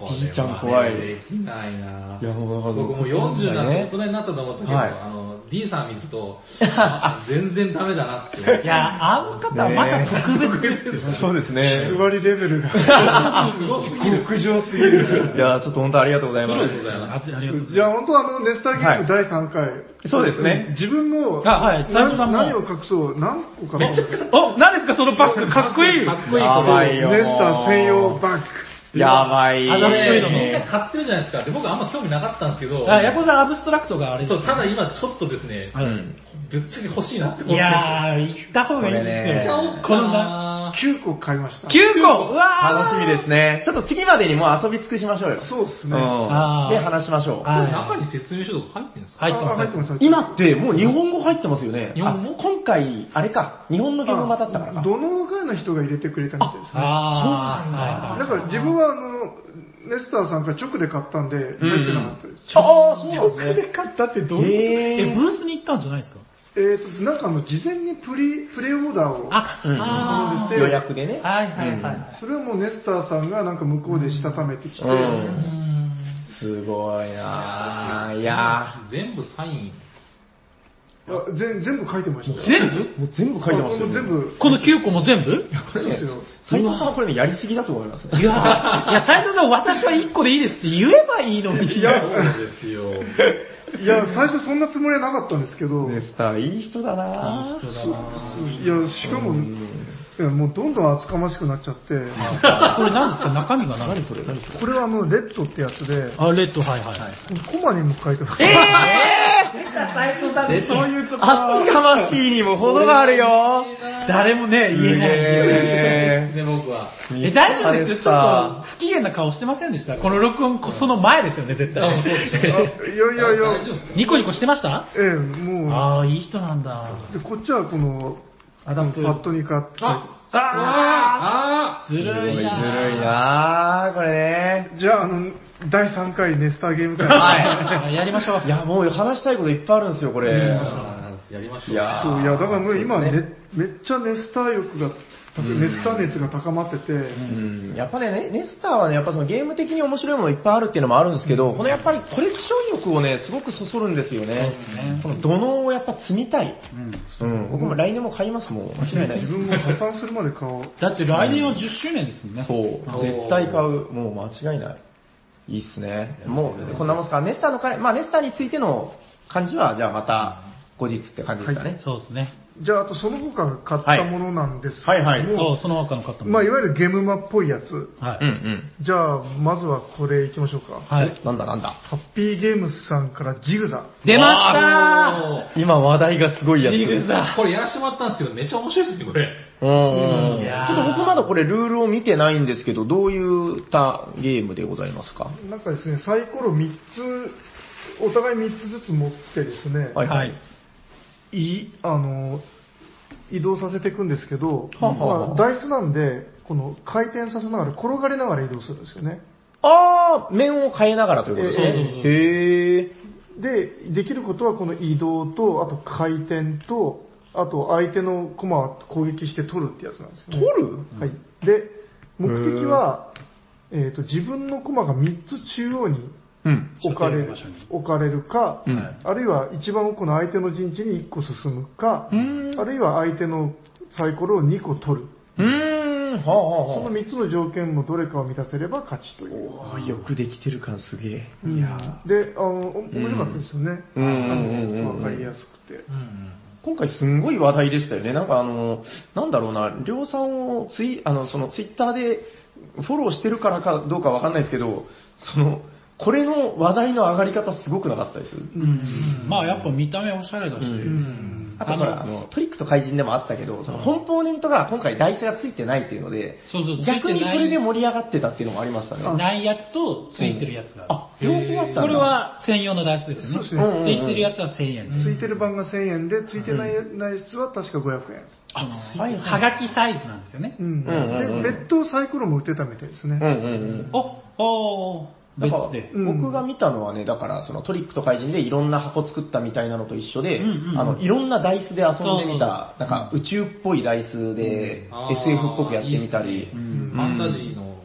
ーちゃん怖い。 できないな。 いやもう僕もうよんじゅうになって大人になったと思ったけど、 はいあの D さん見るとあ全然ダメだなって思って。 いや、あの方はまだ特別ですよ。 そうですね。 ふわりレベルがすごすぎる。 極上すぎる。 いや、ちょっと本当ありがとうございます。 ありがとうございます。 ありがとうございます。 いや、本当あの、ネスターゲームだいさんかい。 そうですね。 自分も、 あはい斉藤さんも何を隠そう、何個かな。 お、何ですかそのバッグ、かっこいい。 かっこいい。 やばいよ。 ネスター専用バッグ。 やばい。 あのでそういうのみんな買ってるじゃないですか。で、僕あんま興味なかったんですけど、 あ、ヤコさんアブストラクトがあれですねそう、ただ今ちょっとですね、 うん。 ぶっちゃけ欲しいなって思って。 いやー、行った方がいいですよ。このな、 きゅうこ買いました。 きゅうこうわー楽しみですね。ちょっと次までにもう遊び尽くしましょうよ。 そうですね。 うん。 あーで、話しましょう。 あこれ中に説明書とか入ってるんですか？ 入ってます。 あ入ってます。 今ってもう日本語入ってますよね。 日本語あ今回、あれか、日本のゲーム版だったからか。 どのかの人が入れてくれたみたいですね。 あー、 だから自分はあの、ネスターさんから直で買ったんで、入ってなかったです。 ああ、そうなんですね。 直で買ったってどういうえ、 へブースに行ったんじゃないですか？ えーと、なんかあの、事前にプリ、プレオーダーを、 あ、 うんあーで予約でね。 はいはいはい。 それをもうネスターさんがなんか向こうでしたためてきて、 うんうんすごいなぁ。いや全部サイン。 あ全全部書いてましたよ。 全部ーもう全部書いてますよ、ね。 あもう全部。 このきゅうこも全部そうですよ。 斉藤さんはこれね、やりすぎだと思います。 いや、いや、斉藤さん、私はいっこでいいですって言えばいいのに。 いやそうですよ。 いや、最初そんなつもりはなかったんですけど、 ネスターいい人だなぁ。 人だないや、しかも、いやもうどんどん厚かましくなっちゃって、 これ何ですか中身が何何それ何それこれはあの、レッドってやつで、 あ、レッド、はいはい。 コマにも書いてます。 え斉藤さんぇ、そういうとこ厚かましいにも程があるよ。 誰もね、言えない。 えで、僕は。 え、大丈夫ですよ。ちょっと不機嫌な顔してませんでしたこの録音、その前ですよね、絶対。 あいやいやいや、 大丈夫ですか？ ニコニコしてましたええ、もああ、いい人なんだ。 う、で、こっちはこの、 アダムパッドニカって書いてあああずるいずるいななぁ、これね。 じゃあ、あの、だいさんかいネスターゲーム会。 はい。やりましょう。 いや、もう話したいこといっぱいあるんですよ、これ。 あーやりましょう。 いやそう、いや、だからもう今、ねそうですね、 めっちゃネスター欲が、ネスター熱が高まってて、 うん、やっぱね、ネネスターはね、やっぱそのゲーム的に面白いものいっぱいあるっていうのもあるんですけど、このやっぱりコレクション欲をね、すごくそそるんですよね。この土のをやっぱ積みたい。うん、僕も来年も買いますもん、間違いないです。 自分も破産するまで買おう。 だって来年はじゅっしゅうねんですもんね。 そう、絶対買う。もう間違いない。いいっすね。もう、こんなもんすか。ネスターの回、まあネスターについての感じは、じゃあまた後日って感じですかね。 そうですね。 じゃあ、あとその他買ったものなんですけども、 はいはいはいそう、その他の方も。 まあ、いわゆるゲームマっぽいやつ。 はい。 うんうん。 じゃあ、まずはこれいきましょうか。 はい。 なんだなんだ。 ハッピーゲームズさんからジグザ。 出ました今話題がすごいやつ。 ジグザこれやらせてもらったんですけど、めっちゃ面白いですよ、これ。 うんいやーちょっと僕まだこれルールを見てないんですけど、どういったゲームでございますか？ なんかですね、サイコロみっつ、お互いみっつずつ持ってですね、 はいはい。 いあの、移動させていくんですけど、 はあはあはあまあ、ダイスなんで、この回転させながら、転がりながら移動するんですよね。 あー、面を変えながらということですね。へー。 で、できることはこの移動と、あと回転と、あと相手の駒を攻撃して取るってやつなんですよ、ね。 取るはい。で、目的は、えっ、と、自分の駒がみっつ中央にうん。 置かれる所定の場所に、 置かれるか、 うんあるいは一番奥の相手の陣地にいっこ進むか、 うんあるいは相手のサイコロをにこ取る。 うーん、はあはあはあ。 そのみっつの条件のどれかを満たせれば勝ちという。 おーよくできてる感すげえ。 うんいやで、あの、お面白かったですよね。 うんうんうんうんあのわかりやすくて。 うん今回すんごい話題でしたよね。なんかあの、なんだろうな、りょうさんをツイ、あの、そのツイッターでフォローしてるからかどうかわかんないですけど、その、これの話題の上がり方すごくなかったです。 うん。まあやっぱ見た目おしゃれだし。 うんうんあとほら、あの、トリックと怪人でもあったけど、そのコンポーネントが今回ダイスがついてないっていうので、 そうそう逆にそついてないれで盛り上がってたっていうのもありましたね。 ないやつとついてるやつがああ、両方あったんだ。 る。これは専用のダイスですよね。 そうですねうんうんうんついてるやつはせんえんです。 ついてる版がせんえんで、ついてないやつは確かごひゃくえん。 あ、 ははがきサイズなんですよね。 うんうんうんうんで、別途サイコロも売ってたみたいですね。 うんうんうん。 お、おー、別だからで。 うん僕が見たのはね、だからそのトリックと怪人でいろんな箱作ったみたいなのと一緒で、 うんうんうんあの、いろんなダイスで遊んでみた、 そうそうなんか宇宙っぽいダイスで エスエフ っぽくやってみたり、 うんうんファンタジーの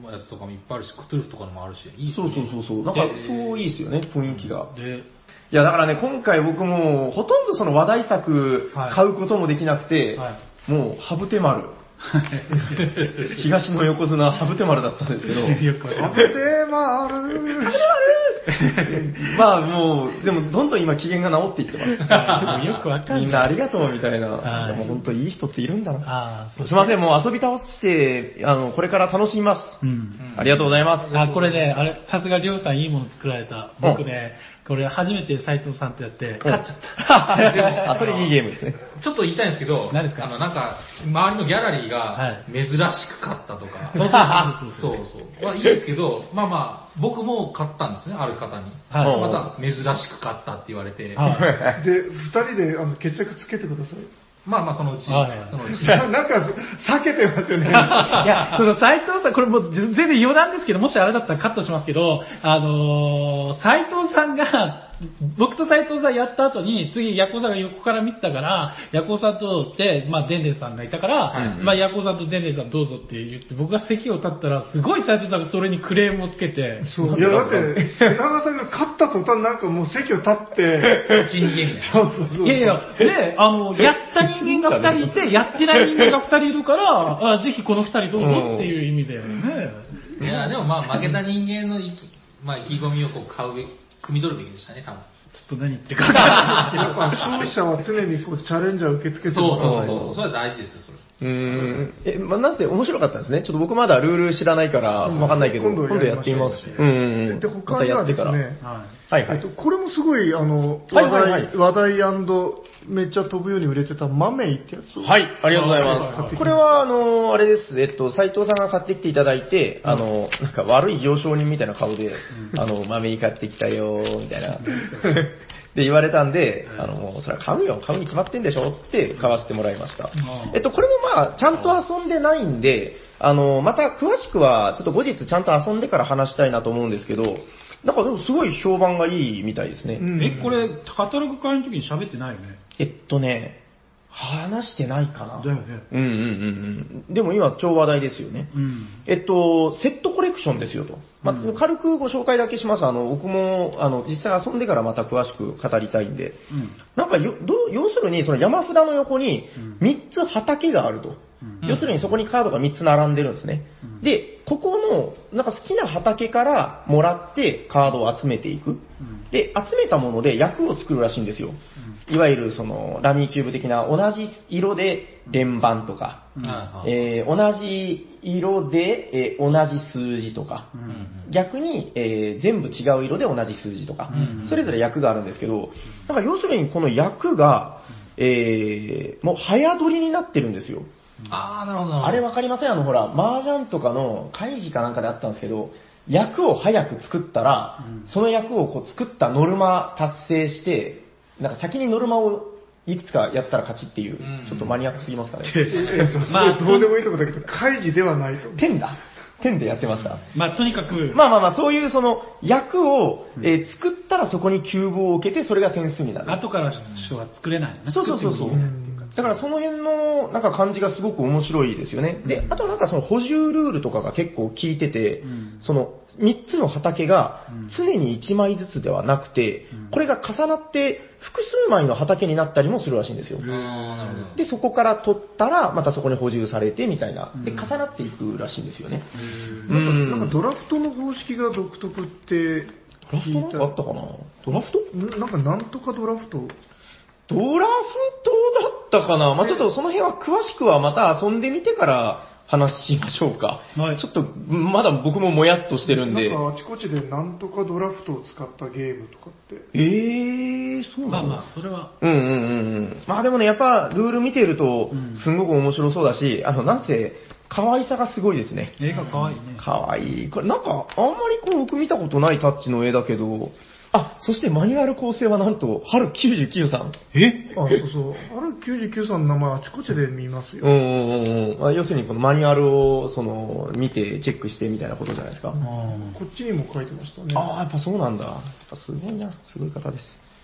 やつとかもいっぱいあるし、クトゥルフとかのもあるし、いいですそうね。 そうそうそう。なんか、そういいですよね、雰囲気が。 で、 いや、だからね、今回僕も、ほとんどその話題作買うこともできなくて、 はいもう、ハブテ丸。東の横綱、ハブテ丸だったんですけど、 よくわかんないハブテマルまあもう、でもどんどん今機嫌が治っていってます。 よくわかんない。 みんなありがとうみたいな。 はいもう本当いい人っているんだな。 ああ、そうすいません、もう遊び倒して、あの、これから楽しみます。 うん。 ありがとうございます。 あ、これね、あれ、さすがりょうさんいいもの作られた。僕ね、これ初めて斉藤さんとやって、勝っちゃった。 あ、それいいゲームですね。 ちょっと言いたいんですけど、 何ですかあの、なんか、周りのギャラリーはがい珍しく買ったとか、 そうそうそうそうそうそう。まあいいですけど、まあまあ、僕も買ったんですね、ある方に。 はいまた珍しく買ったって言われて、 はいで、二人であの決着つけてください。 まあまあそのうち、 はいそのうち。 ななんか、避けてますよね。 いや、その斉藤さん、これもう全然余談ですけど、もしあれだったらカットしますけど、あのー、斉藤さんが、僕と斉藤さんやった後に、次、ヤコウさんが横から見てたから、ヤコウさんとって、まあ、デンデンさんがいたから、 うんまあ、ヤコウさんとデンデンさんどうぞって言って、僕が席を立ったら、すごい斉藤さんがそれにクレームをつけて、 そう。いや、だって、砂川さんが勝った途端なんかもう席を立って、 口逃げみたいな。 そうそうそう。 いやいや、で、あの、やった人間が二人いて、やってない人間が二人いるから、あぜひこの二人どうぞっていう意味だよね。 いや、でもまあ負けた人間の意気、まあ意気込みをこう買うべき、汲み取るべきでしたね、多分。 ちょっと何言ってるか分かんないやっぱ勝者は常にこうチャレンジャーを受け付けてそうもらわないそうそうそう、それは大事ですよ、それ。 うーん。え、まあ、なんせ面白かったですね。ちょっと僕まだルール知らないからわかんないけど、 今度今度やってみます。うんうんうん。 で、他にはですね、 はい。 はいはいえっと、。これもすごい、あの、 はい話はいはい題、話題めっちゃ飛ぶように売れてたマメイってやつを。 はい、ありがとうございはいます。これは、あの、あれです。えっと、斉藤さんが買ってきていただいて、あの、なんか悪い行商人みたいな顔で、あの、豆買ってきたよー、みたいな。で、言われたんで、あの、もう、それは買うよ、買うに決まってんでしょつって買わせてもらいました。えっと、これもまあ、ちゃんと遊んでないんで、あの、また詳しくは、ちょっと後日ちゃんと遊んでから話したいなと思うんですけど、なんかでもすごい評判がいいみたいですね。 うんえ、これ、カタログ会の時に喋ってないよね。 えっとね、話してないかな。 だよね。 うんうんうんうん。でも今超話題ですよね。 うん。 えっと、セットコレクションですよと。まあ、軽くご紹介だけします。あの、僕も、あの、実際遊んでからまた詳しく語りたいんで。 うん。 なんかよ、どう要するに、その山札の横にみっつ畑があると。 うん要するにそこにカードがみっつ並んでるんですね。 うんで、ここの、なんか好きな畑からもらってカードを集めていく。 うんで、集めたもので役を作るらしいんですよ。いわゆるそのラミーキューブ的な同じ色で連番とか、 うんはいはい。 えー同じ色で、えー同じ数字とか、 うん逆に、えー全部違う色で同じ数字とか、 うんそれぞれ役があるんですけど、なんか要するにこの役が、えーもう早取りになってるんですよ。 あー、なるほどなるほど。 あれわかりませんあのほら、麻雀とかの会議かなんかであったんですけど、役を早く作ったら、 うんその役をこう作ったノルマ達成して、なんか先にノルマをいくつかやったら勝ちっていう、 うんちょっとマニアックすぎますかね。 えっと、そまあれどうでもいいとこだけど、開示ではないと。 天だ天でやってました。 まあ、とにかく、 まあまあまあ、そういうその役を、えー作ったらそこにキューブを置けて、それが点数になる。 後から人は作れないよね。 そうそうそうそう。だからその辺のなんか感じがすごく面白いですよね。で、あとなんかその補充ルールとかが結構効いてて、 うんそのみっつの畑がうん常にいちまいずつではなくて、 うんこれが重なって複数枚の畑になったりもするらしいんですよ。 あー、なるほど。 で、そこから取ったら、またそこに補充されてみたいな。で、 うん重なっていくらしいんですよね。 なんか、 うんなんかドラフトの方式が独特ってドラフトなんかあったかなドラフトんなんかなんとかドラフトドラフトだったかなまあちょっとその辺は詳しくはまた遊んでみてから話しましょうか。 はいちょっと、まだ僕ももやっとしてるんで。 なんかあちこちでなんとかドラフトを使ったゲームとかって。 えー、そうなのまあまあ、それは、 うんうんうんうん。まあでもね、やっぱルール見てるとうん、 すんごく面白そうだし、あの、なんせ、可愛さがすごいですね。 映画可愛いね。 可愛い。これなんか、あんまりこう僕見たことないタッチの絵だけど、あ、そしてマニュアル構成はなんと、春きゅうじゅうきゅうさん。 えあ、そうそう。あれきゅうじゅうきゅうさんの名前あちこちで見ますよ。 うんうんうんうん。あ要するにこのマニュアルを、その、見てチェックしてみたいなことじゃないですか。 あこっちにも書いてましたね。 ああ、やっぱそうなんだ。やっぱすごいな。すごい方です。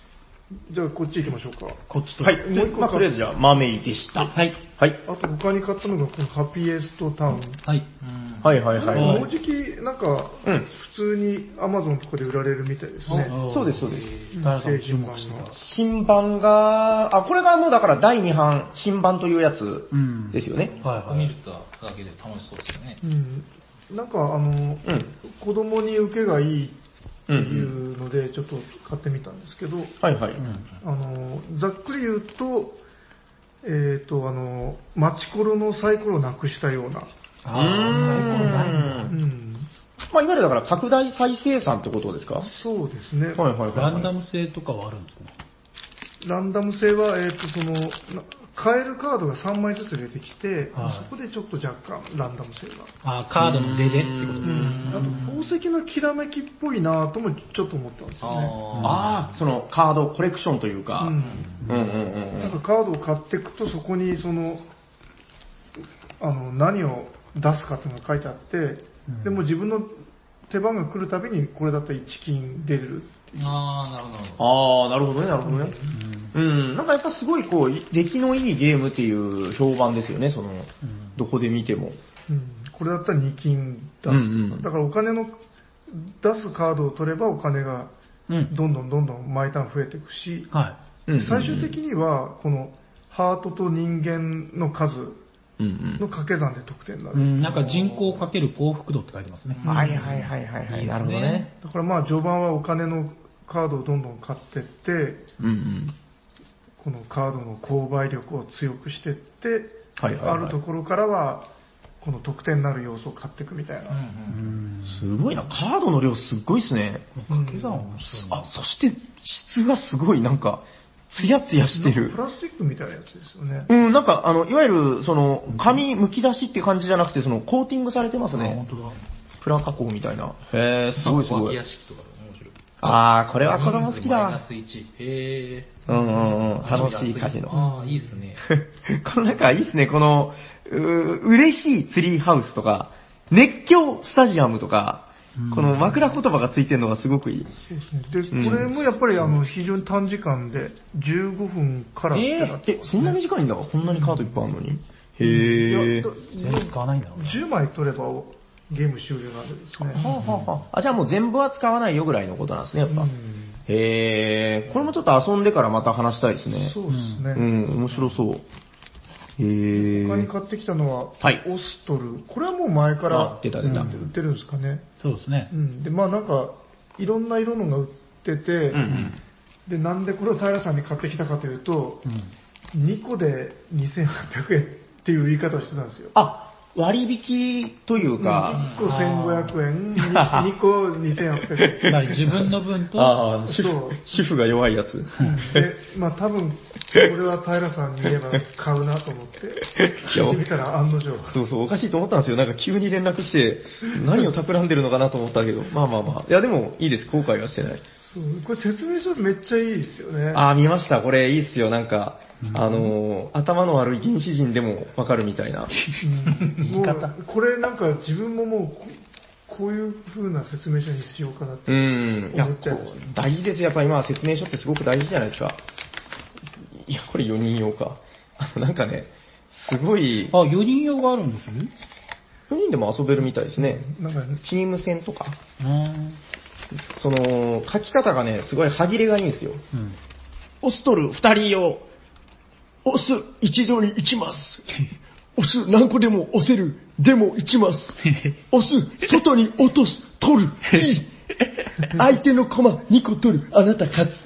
じゃあこっち行きましょうか。 こっちと。 はい。もう一個、まあ、とりあえずじゃあ、マーメイでした。 はい。 はい。 あと他に買ったのがこのハピエストタウン。 はい。 はいはいはいはい。 もうじきなんかうん普通に Amazon とかで売られるみたいですね。 そうですそうです。 製品版が。 新版が、あ、これがもうだからだいに版、新版というやつうんですよね。 はいはい。 見るとだけで楽しそうですよね。 うん。なんかあの、 うん。 子供に受けがいいってうんいうのでちょっと買ってみたんですけど、 はいはい。 あのざっくり言うと、えっ、とあのマチコロのサイコロをなくしたような、 ああ、サイコロないんだ。 うん、 まあ、いわゆるだから拡大再生産ってことですか？ そうですね。 はいはいはい。 ランダム性とかはあるんですかね。 ランダム性は、えー、とそのな買えるカードがさんまいずつ出てきて、 はいそこでちょっと若干ランダム性が。 ああ、カードの出でってことですね。 あと宝石のきらめきっぽいなともちょっと思ったんですよね。 ああ、そのカードコレクションというか。 うんうんうんうんなんかカードを買っていくとそこにそのあの何を出すかっていうのが書いてあって、 んでも自分の手番が来るたびにこれだったらいち金出るっていう。 ああ、なるほどなるほど。 ああ、なるほどね、なるほどね。うん、なんかやっぱすごいこう、出来のいいゲームっていう評判ですよね、その、どこで見ても。 うんこれだったらに金出す、 うんうんだからお金の出すカードを取ればお金がうん。 どんどんどんどん毎ターン増えていくし、 はうん最終的にはこのハートと人間の数うんの掛け算で得点になる。 い。うん、なんか人口かける幸福度って書いてますね。 うん。はいはいはいはいはい、なるほどね。 だからまあ序盤はお金のカードをどんどん買ってって、 うんうん。 このカードの購買力を強くしてって、 はいはいはいあるところからはこの得点になる要素を買っていくみたいな。 うん。 すごいな、カードの量すっごいっすね。 掛け算面白いな。 あ、そして質がすごいなんか、ツヤツヤしてるなんか。プラスチックみたいなやつですよね。 うん、なんか、あの、いわゆる、その、紙剥き出しって感じじゃなくて、その、コーティングされてますあ、 ね本。当だ。 プラ加工みたいな。へー、すごいすごい脇。屋敷とか面白い。 あー、これは子供好きだわ。 マイナスいち。へえ。 うんうんうん、楽しいカジノ。 ああ、いいっすね。 このなんかいいっすね、この、う嬉しいツリーハウスとか、熱狂スタジアムとか、この枕言葉がついてるのがすごくいい。 そうですね。 うんで、これもやっぱりあの非常に短時間でじゅうごふんからってなってえ、そんな短いんだ。こんなにカードいっぱいあるのに。 いへやー。 だ全部使わないんだろうな。 じゅうまい取ればゲーム終了なんですね。 はあはあはあ、あ、じゃあもう全部は使わないよぐらいのことなんですね、やっぱ。 うんへー。これもちょっと遊んでからまた話したいですね。 そうですね。 うん、面白そう。へー。 他に買ってきたのは、 はいオストル。これはもう前からあ出た出たうん売ってるんですかね。 そうですねう。ん。で、まあなんか、いろんな色のが売ってて、 うんうん。 で、なんでこれを平さんに買ってきたかというと、 うん。 にこでにせんはっぴゃくえんっていう言い方をしてたんですよ。 あ、割引というか、 いっこせんごひゃくえん、にこにせんはっぴゃくえん。 つまり自分の分と、 ああ、主そう婦、主婦が弱いやつ。 で、まあ多分、これは平さんに言えば買うなと思って、聞いてみたら案の定。 そうそう、おかしいと思ったんですよ。なんか急に連絡して、何を企んでるのかなと思ったけど、まあまあまあ。いやでもいいです、後悔はしてない。 そう、これ説明書めっちゃいいですよね。 ああ、見ました。これいいっすよ。なんか、あのー、頭の悪い原始人でもわかるみたいな。 うんもうこれなんか自分ももうここういう風な説明書にしようかなって。 うん。いや、 思っちゃいましたこう大事ですよ。やっぱ今説明書ってすごく大事じゃないですか。いや、これよにん用か。あの、なんかね、すごい、 あ、よにん用があるんですね。 よにんでも遊べるみたいですね。 なんかチーム戦とか。 うん。 その、書き方がね、すごい歯切れがいいんですよ。 うん。 オストルふたり用。オス一度に打ちます。オス何個でも押せる。でも打ちます。オス外に落とす。取る。いい。相手の駒にこ取る。あなた勝つ。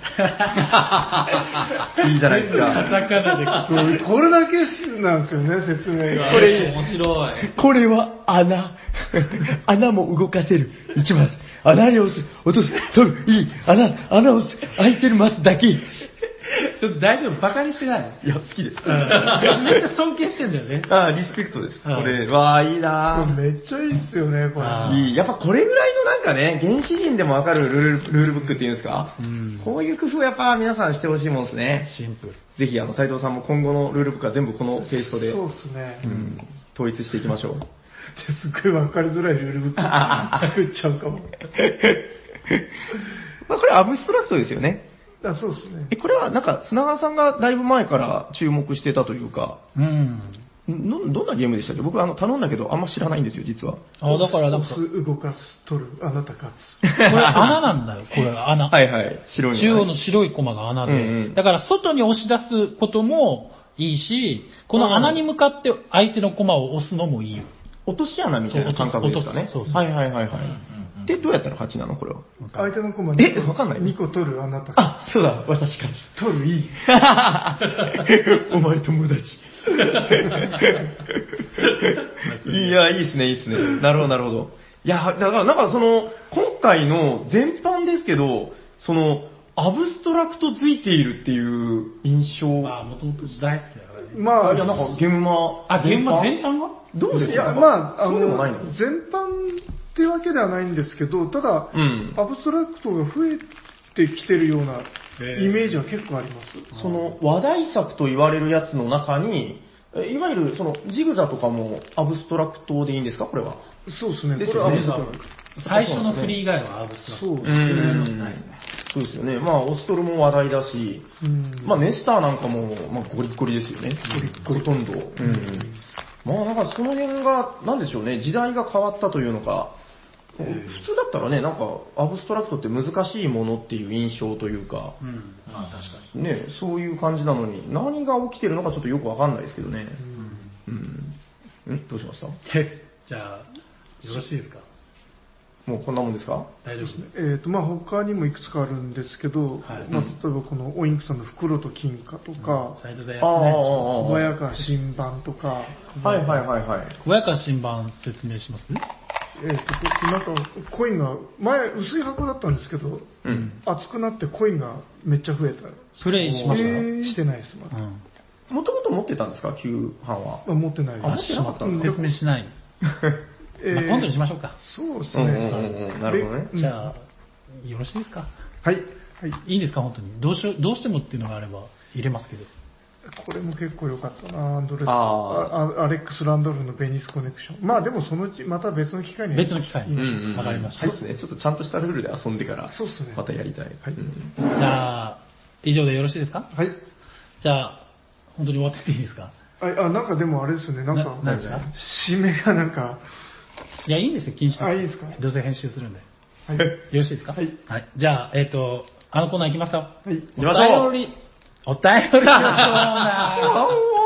いいじゃないですか。 カタカナでそうこれだけなんですよね、説明が。 これ面白い。 これは穴。穴も動かせる。打ちます。穴に落とす。落とす。取る。いい。穴、穴を押す。相手の待つだけ。 ちょっと大丈夫、バカにしてないのいや、好きです。 めっちゃ尊敬してんだよね。 ああ、リスペクトです。こはいれ、わあ、いいなこれめっちゃいいっすよね、これ。 あいい。やっぱこれぐらいのなんかね、原始人でもわかるルールルールブックっていうんですか、 うん。 こういう工夫やっぱ皆さんしてほしいもんですね。 シンプル。 ぜひ、あの、斉藤さんも今後のルールブックは全部このテイストで、 そうっすね。 うん、統一していきましょう。 ですっごい分かりづらいルールブック作っちゃうかも。 まあ、これアブストラクトですよね。 あ、そうですね。 え、これはなんか、砂川さんがだいぶ前から注目してたというか、 うん。 ど、どんなゲームでしたっけ？僕あの、頼んだけどあんま知らないんですよ、実は。 あ、だからなんか、 押す、動かす、取る、あなた勝つ。 これ穴なんだよ、これ穴。 はいはい。白いの、ね。 中央の白いコマが穴で、 うんうん、 だから外に押し出すこともいいし、この穴に向かって相手のコマを押すのもいいよ。 落とし穴みたいな感覚ですかね。 そうそうそうはいはいはいはい。で、どうやったら勝ちなのこれは。 相手のコマえ、わかんない。 にこ取る、あなた勝あ、そうだ、私勝つ。 つ。取る、いい。 お前友達。いや、いいですね、いいですね。なるほど、なるほど。いや、だからなんかその、今回の全般ですけど、その、アブストラクトづいているっていう印象。 まあ、もともと大好きだからね。 まあ、 いや、なんかゲームマあ、現場全般がどうですか？ いや、まあ、あそうでもないの、 の全般ってわけではないんですけど、ただ、 うんアブストラクトが増えてきてるようなイメージは結構あります。 その話題作と言われるやつの中に、いわゆるそのジグザとかもアブストラクトでいいんですかこれは。 そうですね。 ですよねこれはアブストラクト。 最初の振り以外はアブストラクト。 そうですうね。 ん。そうですよね。まあ、オストロも話題だし、 うんまあ、ネスターなんかも、まあ、ゴリッゴリですよね。ゴリほとんど。うん。まあ、なんかその辺が、なんでしょうね、時代が変わったというのか、普通だったらね、なんか、アブストラクトって難しいものっていう印象というか、 うん。まあ確かに。 ね、そういう感じなのに、何が起きてるのかちょっとよくわかんないですけどね。うん。んどうしましたじゃあ、よろしいですか？ もうこんなもんですか？ 大丈夫？ えーとまあ、他にもいくつかあるんですけど、 はいまあ、例えばこのオインクさんの袋と金貨とか、 サイトでやってああ、 ないでしょ。 小早川新版とか、 はいはいはいはい。 小早川新版説明します？ えーとこなんかコインが、前薄い箱だったんですけど、 うん。 厚くなってコインがめっちゃ増えた。 プレイしましたよ。 えーしてないです、まだ。 うん。 もともと持ってたんですか旧版は。 まあ、持ってないあ、 です。 しまった。説明しない。 えーまあ、今度にしましょうか。 そうですうんうんね。 うんうん。なるほどね。 うんじゃあ、よろしいですか？ はい。はい。 いいですか、本当に。どうしよう、どうしてもっていうのがあれば入れますけど。 これも結構良かったな、アンドレス。 ああアレックス・ランドルフのベニスコネクション。まあでもそのうちまた別の機会に。 別の機会に言いましょううんうんうんわかりましたそうですね。ちょっとちゃんとしたルールで遊んでから、 そうっすねまたやりたい。 はいうんじゃあ、以上でよろしいですか？ はい。 じゃあ、本当に終わってていいですか？ あ、あなんかでもあれですね、なんか、 ななんですか？ 締めがなんか、 いや、いいんですよ、禁止。 あいいですかどうせ編集するんで。 はい。 よろしいですか？ はいはい。じゃあ、えっ、と、あのコーナー行きますか？ はい。 行きましょうお便り、お便りのコーナ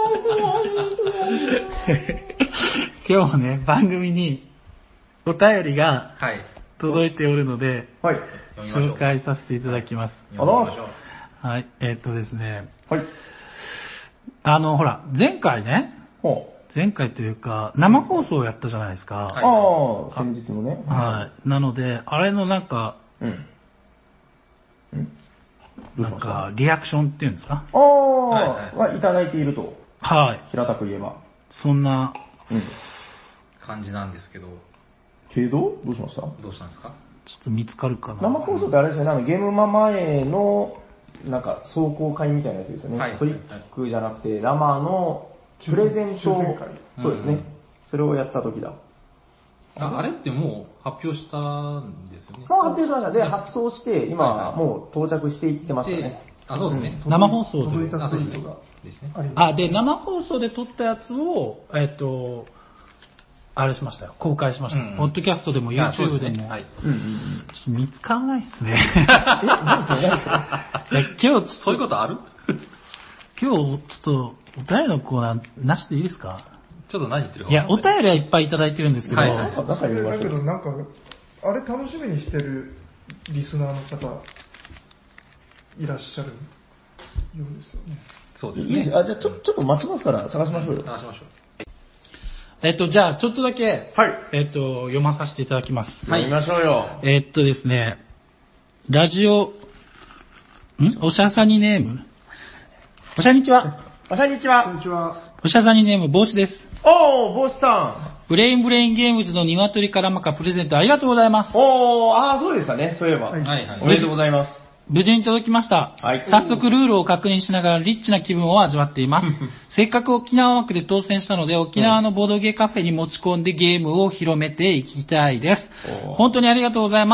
ー。今日もね、番組にお便りがはい。 届いておるので、 はい。 読みましょう紹介させていただきます。 読みましょうはい。えっ、とですね、 はい。 あの、ほら、前回ね、 ほう。 前回というか、生放送をやったじゃないですか。 はいああ、先日のね。 はい。なので、あれのなんか、 うん。んどうなんしましたか、リアクションっていうんですか？ あはいあ、はい、いただいていると。 はい。 平たく言えば。 そんな、 うん。 感じなんですけど、 けど、どうしましたどうしたんですか？ ちょっと見つかるかな。 生放送ってあれですよね、あのゲームマ前の、なんか、壮行会みたいなやつですよね。 はいトリックじゃなくて、ラマのプレゼント抽選会そうですね、 うんそれをやった時だ。 ああれってもう発表したんですよね。 もう発表しました。で、発送して、今、 はいはいもう到着していってましたね。 あ、そうですね。 生放送で。 届いたあ、そうですねツイートが。 ですね。 あります。 あ、で、生放送で撮ったやつを、えっ、と、あれしましたよ。公開しました。 うんポッドキャストでもあそう YouTube でも。 すねはい。 うんうんうん。 ちょっと見つかんないっすね。 え、何ですか何ですかいや今日ちょっと、 そういうことある今日ちょっと、お便りのコーナーなしでいいですか？ ちょっと何言ってるかいや、お分かんない便りはいっぱいいただいてるんですけど、 はいなんか中読みまだしょう。 けどなんか、あれ楽しみにしてるリスナーの方、いらっしゃるようですよね。 そうですね。 いいですよ。あ、じゃあちょ、ちょっと待ちますから探しましょうよ。 流しましょえっと、じゃあ、ちょっとだけ、 はい。 えっと、読まさせていただきます。 読みましょうよ。 えっとですね、ラジオ、んおしゃさにネームおしゃにちは。 こんにちこんは。 にちは。 おしゃさにネーム帽子です。 おー、帽子さブレインブレインゲームズの鶏からまかプレゼントありがとうございますん。。おー、あー、そうでしたね。そういえば。 はいう。はいはい。 おめでとうございます。 無事に届きました。 はい早速ルールを確認しながらリッチな気分を味わっています。せっかく沖縄枠で当選したので、沖縄のボードゲーカフェに持ち込んでゲームを広めていきたいですおー。 本当にありがとうございます。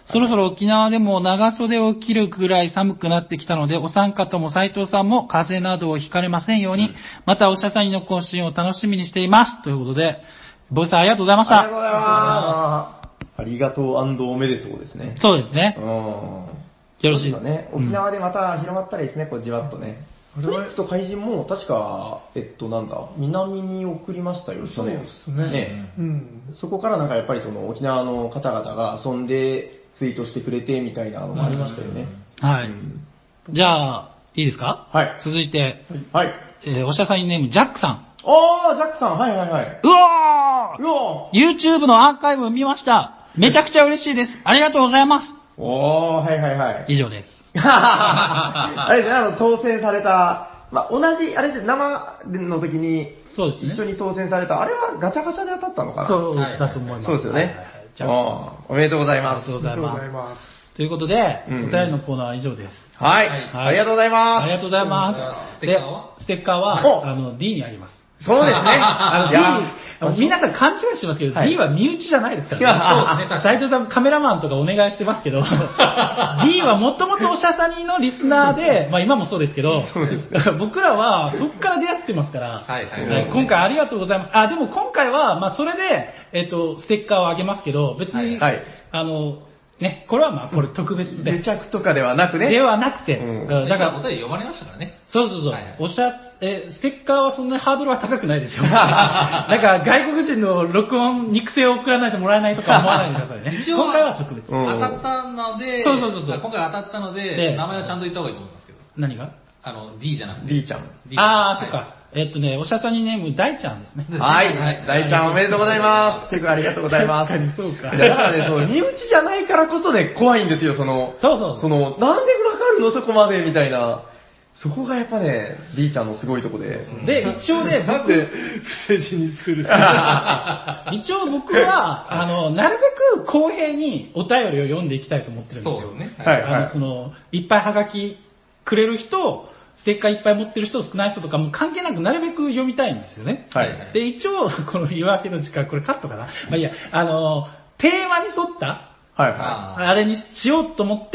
そろそろ沖縄でも長袖を着るぐらい寒くなってきたので、お三方も斉藤さんも風邪などをひかれませんように、うん、またおしゃさんの更新を楽しみにしています。ということで、ボイさんありがとうございました。 ありがとうございます。ありがとう&おめでとうですね。 そうですね。 うん。 よろしい。 ね。沖縄でまた広まったらいいですね、こうじわっとね。フリップと怪人も確か、えっとなんだ、南に送りましたよ、 そうですね。 ね、 うん。 そこからなんかやっぱりその沖縄の方々が遊んでツイートしてくれてみたいなのもありましたよね。 はい。じゃあ、いいですか？ はい。 続いて、 はい。 えー、おしゃさんにネーム、ジャックさん。 あー、ジャックさん、はいはいはい。 うわーうわー !YouTube のアーカイブ見ました。めちゃくちゃ嬉しいです。ありがとうございます。 おー、はいはいはい。 以上です。 あれですね、あの、当選された、まあ、同じ、あれで生の時に、 そうですね。 一緒に当選された、あれはガチャガチャで当たったのかな？ そうだと思います。 そうですよね。 じゃあ、 おめでとうございます。 ありがとうございます。 ということで、 うん、 お便りのコーナーは以上です。 はい。はい、ありがとうございます。 ありがとうございます。 ステッカーはステッカーは、あの、D にあります。 そうですね。 あの D、皆さん勘違いしてますけど、はい、D は身内じゃないですからね。そうですね。斉藤さんカメラマンとかお願いしてますけど、D はもともとおしゃさにのリスナーで、まあ今もそうですけど、 そうです僕らはそこから出会ってますから、 はいはい、 今回ありがとうございます。あ、でも今回は、まあそれで、えっと、ステッカーをあげますけど、別に、はい、あの、ね、これはまあ、これ特別で。 癒着とかではなくね。 ではなくて。 うん、だから、お便り読まれましたからね。 そうそうそう。はいはい、おしゃ、え、ステッカーはそんなにハードルは高くないですよ。なんか、外国人の録音、肉声を送らないともらえないとか思わないでくださいね。今回は特別。 当たったので、 そうそうそうそう。 今回当たったので、名前はちゃんと言った方がいいと思いますけど。 何があの、D じゃなくて。 D ちゃん。 あー、そっか。えっとね、おしゃさにネーム、大ちゃんですね。 はい。大ちゃんおめでとうございます。結構ありがとうございます。 確かにそうか。 だからね、その、身内じゃないからこそね、怖いんですよ、その、 そうそう。 その、なんでわかるのそこまで、みたいな。そこがやっぱね、D ちゃんのすごいとこで。 で、一応ね、 なんで、不正字にする一応僕は、あの、なるべく公平にお便りを読んでいきたいと思ってるんですよ。 そうですね。 はい。あの、その、いっぱいハガキくれる人、ステッカーいっぱい持ってる人、少ない人とかも関係なくなるべく読みたいんですよね。 はい。 で、一応、この夜明けの時間、これカットかなまあいいや、あの、テーマに沿った、 はいはい。 あれにしようと思って、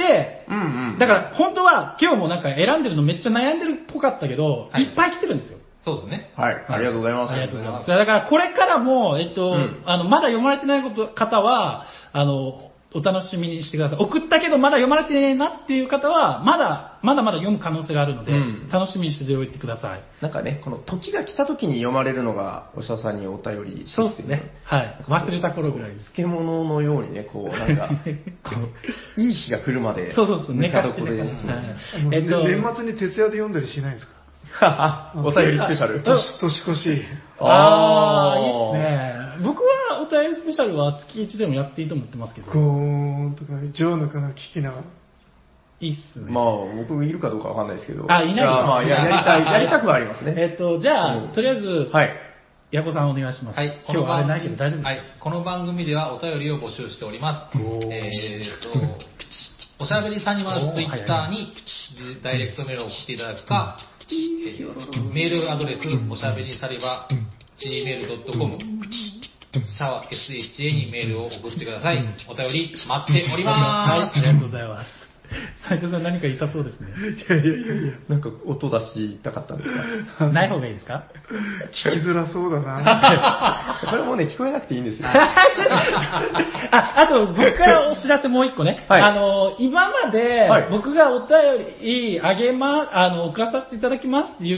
うんうん。 だから本当は今日もなんか選んでるのめっちゃ悩んでるっぽかったけど、はい、いっぱい来てるんですよ。 そうですね。 はい。ありがとうございます。 ありがとうございます。だからこれからも、えっと、うん、あの、まだ読まれてない方は、あの、お楽しみにしてください。送ったけどまだ読まれてねえなっていう方は、まだ、まだまだ読む可能性があるので、うん、楽しみにしておいてください。 なんかね、この時が来た時に読まれるのが、おしゃさんにお便りそうですね。はい。忘れた頃ぐらいです。 漬物のようにね、こう、なんか、こう、いい日が来るまで。 そうそうそう、寝かして寝かして。 えっと、年末に徹夜で読んだりしないんですかお便りスペシャル。 年、年越し。 ああ、いいっすね。僕はお便りスペシャルは月いちでもやっていいと思ってますけど。 ゴーンとか、ジョーのかな聞きながら。 いいっすね。 まあ、僕いるかどうかわかんないですけど。 あ、いないです。 まあ、やりたい、やりたくはありますね。 えっと、じゃあ、とりあえず、 はい。 ヤコさんお願いします。 はい。 今日はあれないけど大丈夫ですか？ はい。この番組ではお便りを募集しております。えーと、おしゃべりサニバルツイッターにダイレクトメールを送っていただくか、メールアドレス、おしゃべりサリバ、ジーメールドットコム、シャワー エスエイチエー にメールを送ってください。お便り待っております。 はい、ありがとうございます。斉藤さん何か言いたそうですね。 いやいやいやいや。 なんか音出したかったんですか？ ない方がいいですか？ 聞きづらそうだな。 これもうね、聞こえなくていいんですよ。 あ、あと僕からお知らせもう一個ね。はい、あの、今まで僕がお便りあげま、あの、送らさせていただきますって言って、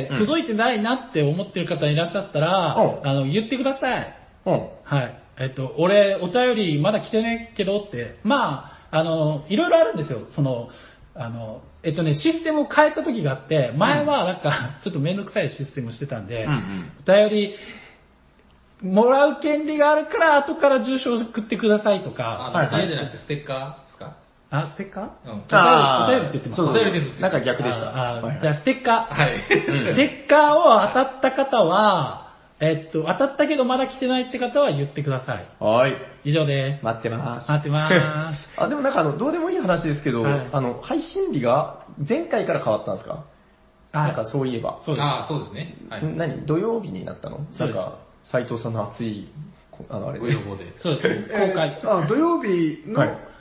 うん、届いてないなって思ってる方いらっしゃったら、うん、あの、言ってください。 うん。 はい。えっと、俺、お便りまだ来てねえけどって、まあ、あの、いろいろあるんですよ。その、あの、えっとね、システムを変えた時があって、前はなんか、ちょっとめんどくさいシステムしてたんで、うんうん、お便り、もらう権利があるから、後から住所を送ってくださいとか。 あの、はい、じゃなくてステッカーですか？ あ、ステッカー？ うん。 お便りって言ってます。 お便りです。 なんか逆でした。 あ、はいはい、じゃあ、ステッカー。 はい。 ステッカーを当たった方は、えっと、当たったけどまだ来てないって方は言ってください。 はい。 以上です。 待ってます。 待ってます。 あ、でもなんかあの、どうでもいい話ですけど、はい、あの、配信日が前回から変わったんですか？なんかそういえば。 そうです。あ、そうですね。 はい、何土曜日になったの？なんか、斉藤さんの熱い、あの、あれで。 ご要望で。 そうですね。公開。 あ、土曜日の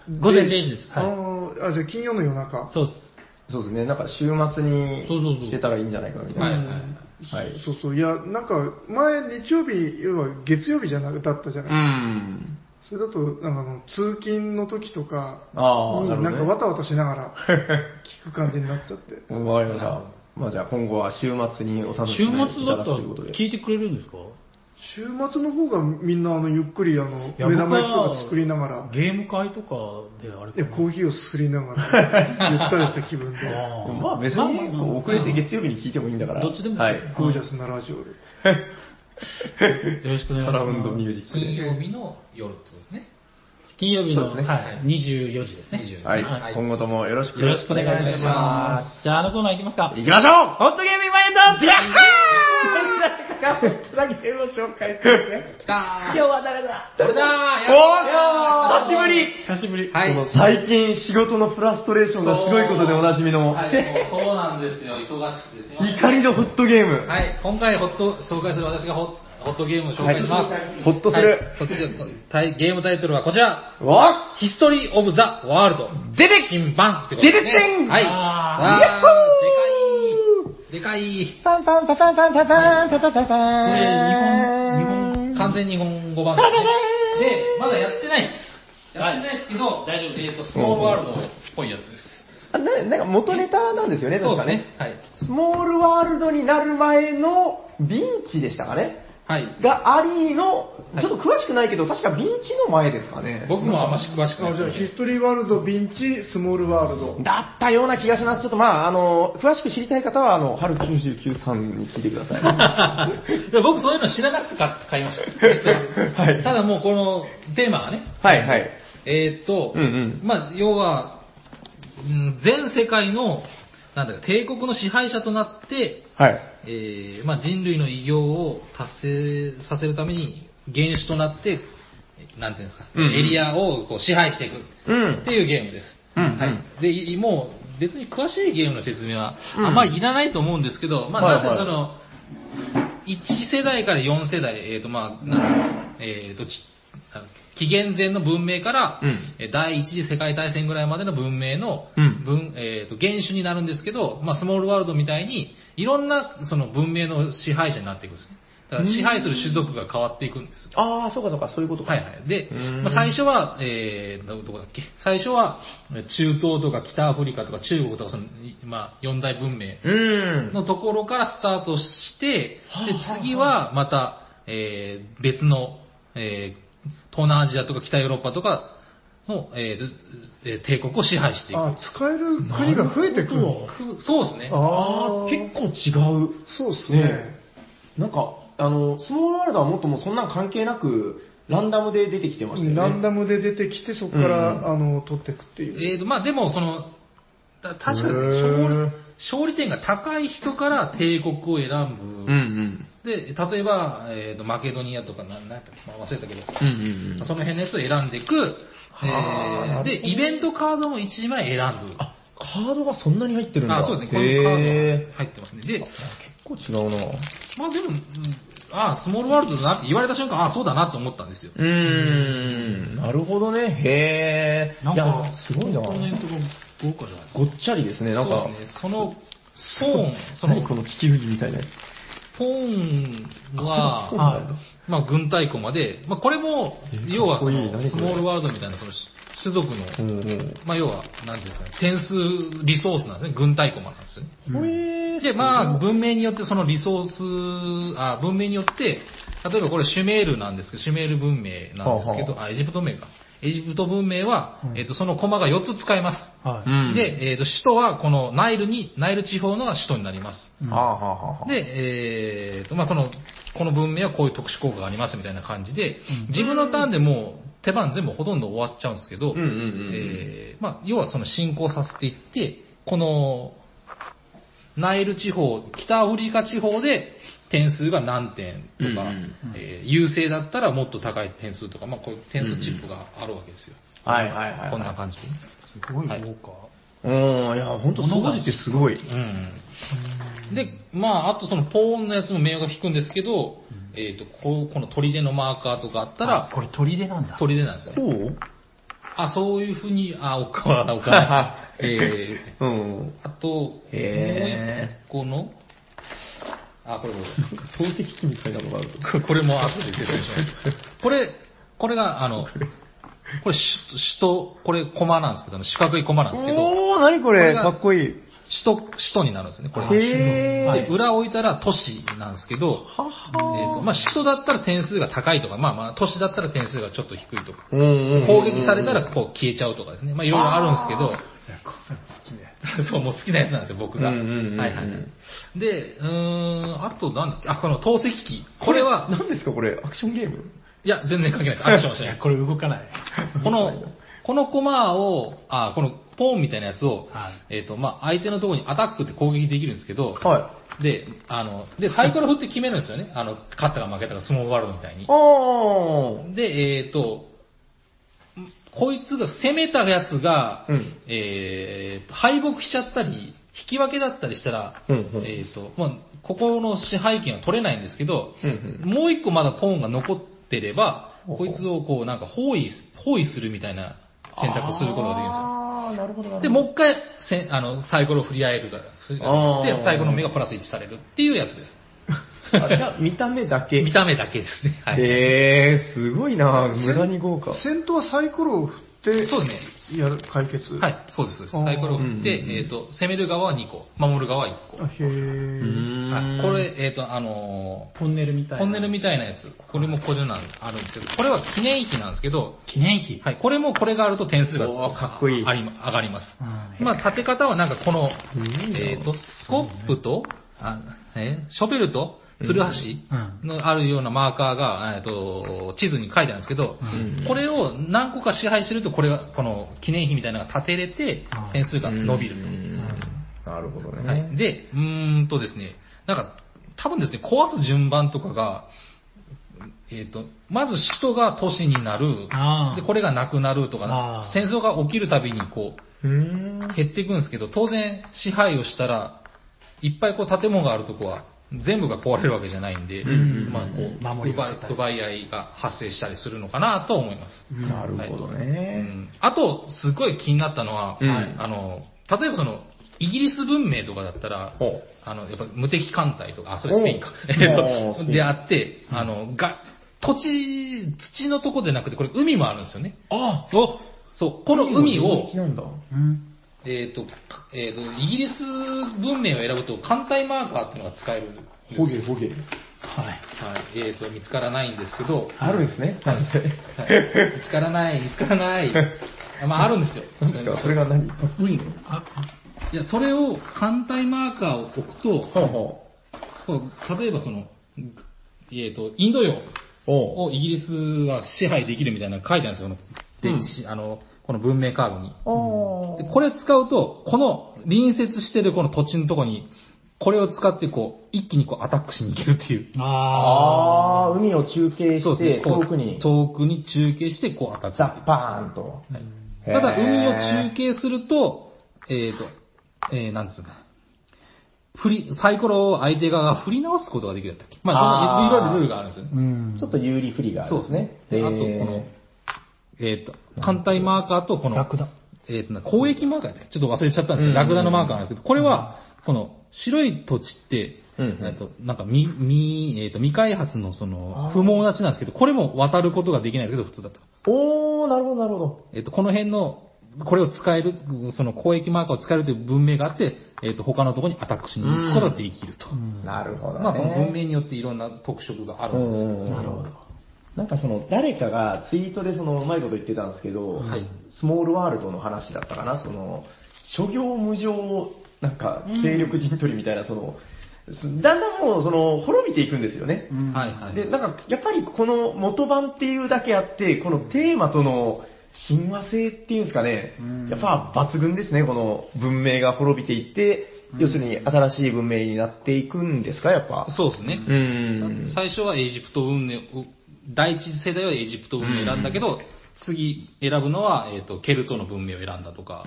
午前れいじです。 あはい。 ーあ、じゃあ金曜の夜中。 そうです。 そうですね。なんか週末にそうそうそうしてたらいいんじゃないかなみたいな。 はいはい。 はい。 そうそう。いや、なんか、前、日曜日、要は月曜日じゃなくだったじゃうない。 ん。 それだと、なんかあの、通勤の時とかああ、 に、 なるほど、ね。 なんかわたわたしながら聞く感じになっちゃって。 わかりました。まあじゃあ今後は週末にお楽し週みいただ末だったらくということで。 聞いてくれるんですか？ 週末の方がみんなあの、ゆっくりあの、 いや目玉焼きとか作りながら、 ゲーム会とかであれかいや、 なコーヒーをすりながら、ゆったりした気分で、 あーまあ別にこう遅れて月曜日に聞いてもいいんだから。 どっちでもはい。 ゴージャスなラジオで。 よろしくお願いします。 サラウンドミュージック金で。 曜日の夜ってことですね。 金曜日の、 そうですねはい、にじゅうよじですね。 にじゅうよじはい。 はい今後ともよろしくよろしくお願いしお願いしま。 ますじゃあ、あのコーナー行きますか。 行きましょうホットゲームイベントやっはーがホットなゲームを紹介するんですね。 来た今日は誰だー。これだーおー久しぶり久しぶり。 はいこの最近仕事のフラストレーションがすごいことでおなじみの、 はい、もうそうなんですよ。忙しくてすいません。 怒りのホットゲーム。 はい、今回ホット、紹介する私がホホットゲームを紹介します。 はいホッとするはいそっちのタイゲームタイトルはこちら。 わヒストリー・オブ・ザ・ワールド。 出て新版ってことですね。 出てけんはい。 ああー、でかい。でかい。 パンパンパパンパンパパンパパパパこれ、 ン日本、日本、 完全日本語版ですね。で、まだやってないです。やってないですけど、 大丈夫ですえっと、スモールワールドっぽいやつです。 あななんか元ネタなんですよね、 そうです確かねね。。はい。 スモールワールドになる前のビンチでしたかね。 はい。 がありの、 いちょっと詳しくないけど、確かビンチの前ですかね。 僕もあんまし詳しくないあじゃあ、 ですヒストリーワールド、ビンチ、スモールワールド。 だったような気がします。ちょっとまあ、あの、詳しく知りたい方は、あの、春きゅうじゅうきゅうさんに聞いてください。 で僕そういうの知らなくて買買いました。実は。 はいただもうこのテーマがね、 はいはい。 えーっと、 うんうんまあ、要は、うん全世界の、なんだか、帝国の支配者となって、 はい。 えーまあ、人類の偉業を達成させるために元首となって、なんていうんですか、 うんうんエリアをこう支配していくうんっていうゲームです。 うんうんはい。で、いもう別に詳しいゲームの説明はうんあんまりいらないと思うんですけど、まあ、 はいはいなぜその、いち世代からよん世代、えっ、と、まあ、なんえっ、と、ちあの紀元前の文明から、 うんえー第一次世界大戦ぐらいまでの文明のうん文、えーと原種になるんですけど、まあ、スモールワールドみたいにいろんなその文明の支配者になっていくんです。だから支配する種族が変わっていくんです。 ああ、そうかそうか、そういうことか。 はいはい。でうーん、 まあ、最初は、えー、どどこだっけ最初は中東とか北アフリカとか中国とかその、まあ、四大文明うん。 のところからスタートして、ではあはあはあ次はまた、えー別の、えー東南アジアとか北ヨーロッパとかの、えーとえー帝国を支配していく。 あ、使える国が増えてくる。 くそうですね。 ああ、 あー結構違う。 そうっすね。 ねなんか、あの、スモールワールドはもっともうそんなん関係なく、ランダムで出てきてましたよね。 ランダムで出てきて、そこから、 うんあの、取っていくっていう。 えーと、まあでも、その、だ確かにへー勝利勝利点が高い人から帝国を選ぶ。 うんうん。 で、例えば、えーと、マケドニアとか、なんなんだっけ、まあ忘れたけど、 うんうんうん。 その辺のやつを選んでいく。 はあなるほどえーで、イベントカードもいちまい選ぶ。 あ、カードがそんなに入ってるんだ。 あ、そうですね。このカードへが入ってますね。で、 ー結構違うなまあでも、うんあスモールワールドだなって言われた瞬間、あそうだなと思ったんですよ。 うーん、なるほどね。へえ。 なんいやか、、 すごいな。 コンポーネントが豪華じゃないですか。 ごっちゃりですね、なんか。 そうですね。その、ポーン、その何、この地球儀みたいなやつ。 ポーンは、 ポーンはいまあ軍隊駒で、まあこれもえ、 要はその、 かっこいい何これスモールワールドみたいなその種族の、 うんうん。 まあ要は、なんていうんですかね、点数リソースなんですね。軍隊駒なんですよね。 ほえーで、まあ、文明によってそのリソース、あ、文明によって、例えばこれシュメールなんですけど、シュメール文明なんですけど、 はあ、エジプト文明か。エジプト文明は、 うんえっと、その駒がよっつ使えます。 はい。 うんで、えっと、首都はこのナイルに、ナイル地方のが首都になります。 うんはあはあはあ。 で、えっと、まあ、その、この文明はこういう特殊効果がありますみたいな感じで、 うん自分のターンでもう手番全部ほとんど終わっちゃうんですけど、 うんうんうんうんえーまあ、要はその進行させていって、この、ナイル地方、北アフリカ地方で点数が何点とか、 うんうんえー優勢だったらもっと高い点数とか、まあ、こういう点数チップがあるわけですよ。 はいはいはいはい。 こんな感じで。 すごい豪華。 うん、いや、ほんと、掃除ってすごい。 うん。で、まあ、あとそのポーンのやつも名誉が引くんですけど、えっ、と、こう、この砦のマーカーとかあったらあ、これ砦なんだ。 砦なんですよね。 こうあ、そういうふうに、あ、置かない、置かない。えー、うん。あと、もう一個の、あ、これこれ。 透析機みたいなのがある。 これも後で説明します。これ、これが、あの、これ、首都、これ、コマなんですけど、四角いコマなんですけど。 おー、なにこれ、かっこいい。 首都、首都になるんですね、これ。 へー。 で、裏置いたら都市なんですけど、ははえーと、まあ、首都だったら点数が高いとか、まあまあ、都市だったら点数がちょっと低いとか、攻撃されたらこう消えちゃうとかですね。まあ、いろいろあるんですけど、そう、もう好きなやつなんですよ、僕が。はいはい。で、うーん、あとなんだっけ、あ、この透析機。これは、 何ですかこれ、アクションゲーム？ いや、全然関係ないです。アクションはしないです。 これ動かない。 この、このコマを、あ、このポーンみたいなやつを、はい、えっ、ー、と、まあ、相手のところにアタックって攻撃できるんですけど、はい。で、あの、で、サイコロ振って決めるんですよね。あの、勝ったか負けたか相撲ワールドみたいに。で、えっ、ー、と、こいつが、攻めたやつが、うん、えー、敗北しちゃったり、引き分けだったりしたら、うんうん、えっ、ー、と、まあ、ここの支配権は取れないんですけど、うんうん、もう一個まだポーンが残ってれば、こいつをこう、なんか包囲、包囲するみたいな選択することができるんですよ。 ああ、なるほどなるほど。 で、もう一回、せあの、サイコロを振り合えるから、で、サイコロの目がプラスいちされるっていうやつです。 あ、じゃあ、見た目だけ見た目だけですね。 はい、へー、すごいなぁ。無駄に豪華。 戦闘はサイコロを振って、 そうですね。 やる、解決。 はい、そうです、そうです。サイコロを振って、えっ、ー、と、攻める側はにこ、守る側はいっこ。 あ、へー。 はい、これ、えっ、ー、と、あのー、トンネルみたいな。 トンネルみたいなやつ。これもこれなんあるんですけど、これは記念碑なんですけど、 記念碑はい、これもこれがあると点数がかっこいいあり上がります。まあ、立て方はなんかこの、えっ、ー、と、スコップと、あえショベルと、ツルハシのあるようなマーカーが、えっと、地図に書いてあるんですけど、うん、これを何個か支配すると、これが、この記念碑みたいなのが立てれて、点数が伸びると。 なるほどね。 はい。で、うーんとですね、なんか、多分ですね、壊す順番とかが、えっ、ー、と、まず首都が都市になる、で、これがなくなるとか、戦争が起きるたびにこう、減っていくんですけど、当然支配をしたら、いっぱいこう建物があるとこは、全部が壊れるわけじゃないんで、うんうん、まあこう守り奪い、奪い合いが発生したりするのかなと思います。 なるほどね、はい、 うん。あと、すごい気になったのは、うん、あの、例えばその、イギリス文明とかだったら、あの、やっぱ無敵艦隊とか、あ、それスペインか。えっと、であって、あの、が、土地、土のとこじゃなくて、これ海もあるんですよね。 ああ、 おそう、この海を、 うんえっ、ー、と、えっ、ー、と、イギリス文明を選ぶと、艦隊マーカーっていうのが使える。 ホゲホゲ。はい。 はい。えっ、ー、と、見つからないんですけど。 あるんですね。 はい。見つからない、見つからない。まあ、あるんですよ。 何ですかそれが何かっこいいのあいや、それを、艦隊マーカーを置くと、 ほうほう例えばその、えっ、ー、と、インド洋をイギリスは支配できるみたいなのが書いてあるんですよ。で、うん、あの、この文明カードに。でこれ使うと、この隣接してるこの土地のとこに、これを使ってこう、一気にこうアタックしに行けるっていう。 ああ、海を中継して、遠くに。 遠くに中継してこうアタック。 ザッパーンと。はい、 ただ、海を中継すると、えっ、ー、と、えー、なんですか。振り、サイコロを相手側が振り直すことができるんだったっけ。まあ、その、いろいろルールがあるんですよね。 うん、ちょっと有利不利があるんですね。 そうですね。で、あと、この、えっ、ー、と、艦隊マーカーとこの、 ラクダ。 えっ、ー、と、交易マーカーね。ちょっと忘れちゃったんですけど、ラクダのマーカーなんですけど、これは、この白い土地って、うんうん、えっと、なんか未、未、えっ、ー、と、未開発のその、不毛な地なんですけど、これも渡ることができないんですけど、普通だったら。 おー、なるほど、なるほど。 えっ、ー、と、この辺の、これを使える、その交易マーカーを使えるという文明があって、えっ、ー、と、他のところにアタックしに行くことができると。 うん、なるほど、ね。 まあ、その文明によっていろんな特色があるんですよ。 なるほど。なんかその、誰かがツイートでその、うまいこと言ってたんですけど、はい、スモールワールドの話だったかな、その、諸行無常、なんか、勢力陣取りみたいな、その、だんだんもう、その、滅びていくんですよね。 うん、はいはい。 で、なんか、やっぱりこの元版っていうだけあって、このテーマとの親和性っていうんですかね、うん、やっぱ抜群ですね、この文明が滅びていって、うん、要するに新しい文明になっていくんですか、やっぱ。 そうですね。 うん。 最初はエジプト文明、第一世代はエジプト文明を選んだけど、うん、次選ぶのは、えっ、ー、と、ケルトの文明を選んだとか、 うん、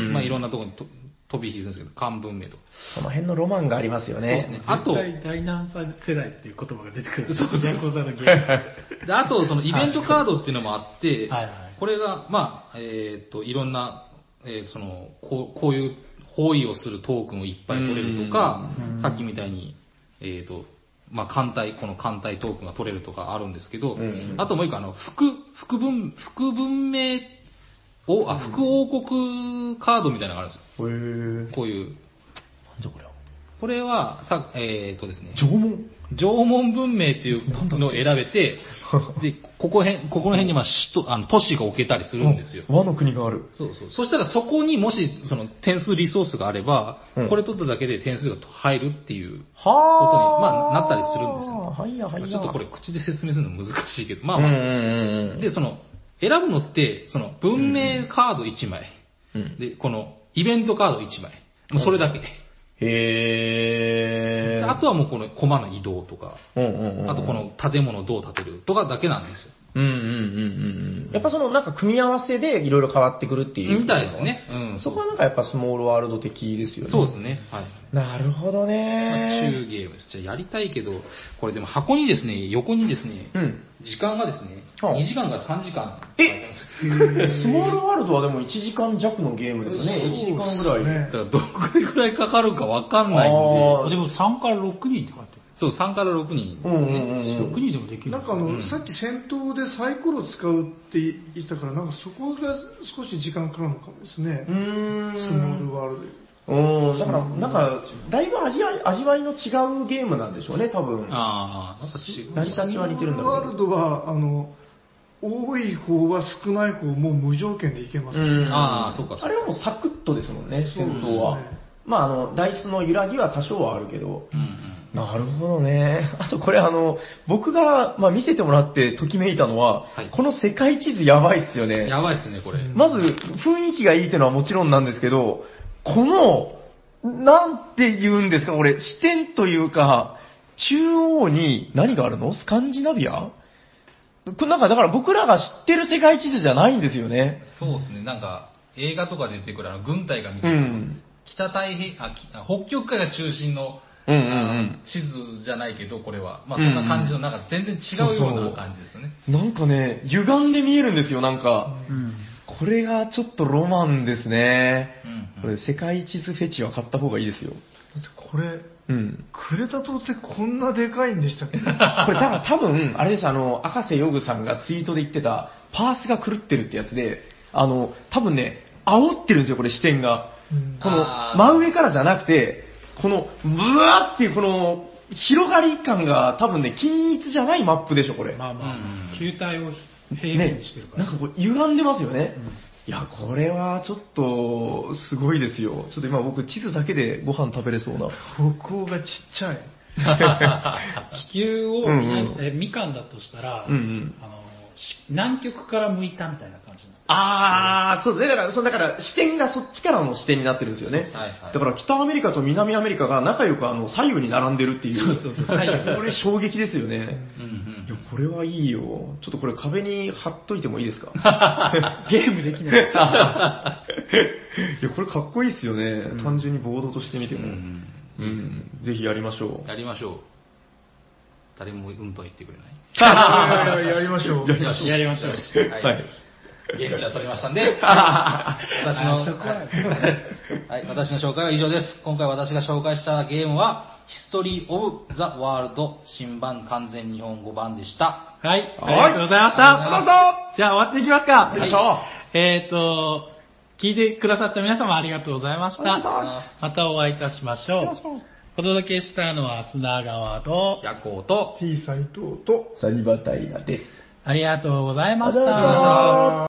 まあいろんなところにと飛び火するんですけど、漢文明とか。 その辺のロマンがありますよね。 そうですね。あと、 第何世代っていう言葉が出てくる。 そうそうそう。で、あと、そのイベントカードっていうのもあって、はいはい、 これが、まあ、えっと、いろんな、えーその、こう、こういう包囲をするトークンをいっぱい取れるとか、さっきみたいに、えっと、まあ、艦隊、この艦隊トークンが取れるとかあるんですけど、あともう一個、あの、副、副文、副文明を、あ、副王国カードみたいなのがあるんですよ。 へー。 こういう。 なんじゃこれは。 これは、さ、えっとですね。 縄文縄文文明っていうのを選べて、で、ここへん、ここの辺にまあ、首都、あの、都市が置けたりするんですよ。 和の国がある。 そうそう。そしたらそこにもし、その点数リソースがあれば、 うんこれ取っただけで点数が入るっていうはことに、 あ。 まあ、なったりするんですよ。 はいやはいや。 まあちょっとこれ口で説明するの難しいけど、まあまあ。 うんうんうんうん。 で、その、選ぶのって、その、文明カードいちまい。 うんで、この、イベントカードいちまい。もうそれだけ。 へー。 であとはもうこの、コマの移動とか、 うんうんうん。 あとこの建物をどう建てるとかだけなんですよ。 うんうんうんうん。やっぱそのなんか組み合わせでいろいろ変わってくるっていう。 みたいですね。うん。 そこはなんかやっぱスモールワールド的ですよね。 そうですね。はい。 なるほどまあ、 ね。 中ゲームです。じゃあやりたいけど、これでも箱にですね、横にですね、 うん。 時間がですね、 はあにじかんからさんじかん。 えスモールワールドはでもいちじかん弱のゲームですよね。いちじかんぐらい。 ねだからどのくらいかかるかわかんないんで、 でもさんからろくにんって書いてそう、さんからろくにんですうんうんね。 うんある。ろくにんでもできる。 なんかあの、 うんさっき戦闘でサイコロを使うって言ってたから、なんかそこが少し時間かかるのかもですねう。ーん。 スモールワールうん、だから、なんか、だいぶ味わい味わいの違うゲームなんでしょうね、多分。 ああ、なんか違う。 成り立ちは似てるんだド。スモールワーろうけど。 ルドは、あの、多い方は少ない方もう無条件でいけますね。 うんああ、そうかそうかあれはもうサクッとですもんね、 そうですね戦闘は。まあ、あの、ダイスの揺らぎは多少はあるけど。 うんうん。 なるほどね。あとこれあの、僕が、まあ、見せてもらってときめいたのは、 はいこの世界地図やばいっすよね。 やばいっすね、これ。 まず、雰囲気がいいっていうのはもちろんなんですけど、この、なんて言うんですか、これ、視点というか、中央に何があるのスカンジナビアこれなんか、だから僕らが知ってる世界地図じゃないんですよね。 そうですね、なんか、映画とか出てくるあの軍隊が見てる、 うん。 北太平あ、きあ北極海が中心の、 うんうんうんあ地図じゃないけど、これは。まあそんな感じの、なんか全然違うような感じですよね。 なんかね、歪んで見えるんですよ、なんか。 うん。 これがちょっとロマンですね。 うんこれ世界地図フェチは買った方がいいですよ。 だってこれ、 うん。 クレタ島ってこんなでかいんでしたっけこれだから多分、あれです、あの、赤瀬ヨグさんがツイートで言ってた、パースが狂ってるってやつで、あの、多分ね、煽ってるんですよ、これ視点が。 うんこのあ、ー真上からじゃなくて、この、ブワーっていうこの、広がり感が多分ね、均一じゃないマップでしょ、これ。 まあまあうん、 球体を平面にしてるから。 なんかこう、歪んでますよね。いや、これはちょっと、すごいですよ。ちょっと今僕、地図だけでご飯食べれそうな。 北欧がちっちゃい。 地球を、 うんうんえみかんだとしたら、 うんうんあのし南極から向いたみたいな感じなの。 あー、そうですね。だから、そうだから視点がそっちからの視点になってるんですよね。 はいはいだから北アメリカと南アメリカが仲良くあの左右に並んでるっていう。 そうそうそう左右これ衝撃ですよね。 うんうんいや、これはいいよ。ちょっとこれ壁に貼っといてもいいですかゲームできない。 いや、これかっこいいっすよね。単純にボードとして見ても。 うんうんうんぜひやりましょう。 やりましょう。誰もうんとは言ってくれない。 いやいややりましょう。 やりましょう。 やりましょう。 はい。 はい。 現地は取りましたんで、私の、はい、はい私の紹介は以上です。今回私が紹介したゲームは、History of the World 新版完全日本語版でした。 はい、ありがとうございました。 ありがとうございまじゃあ終わっていきますか。 よいしょ。 えっ、と、聞いてくださった皆様ありがとうございました。 ありがとうございままたお会いいたしましょう。お届けしたのは砂川と、 夜行と、 T 斎藤と、 サニバタイラです。 ありがとうございましありがとうございましたた。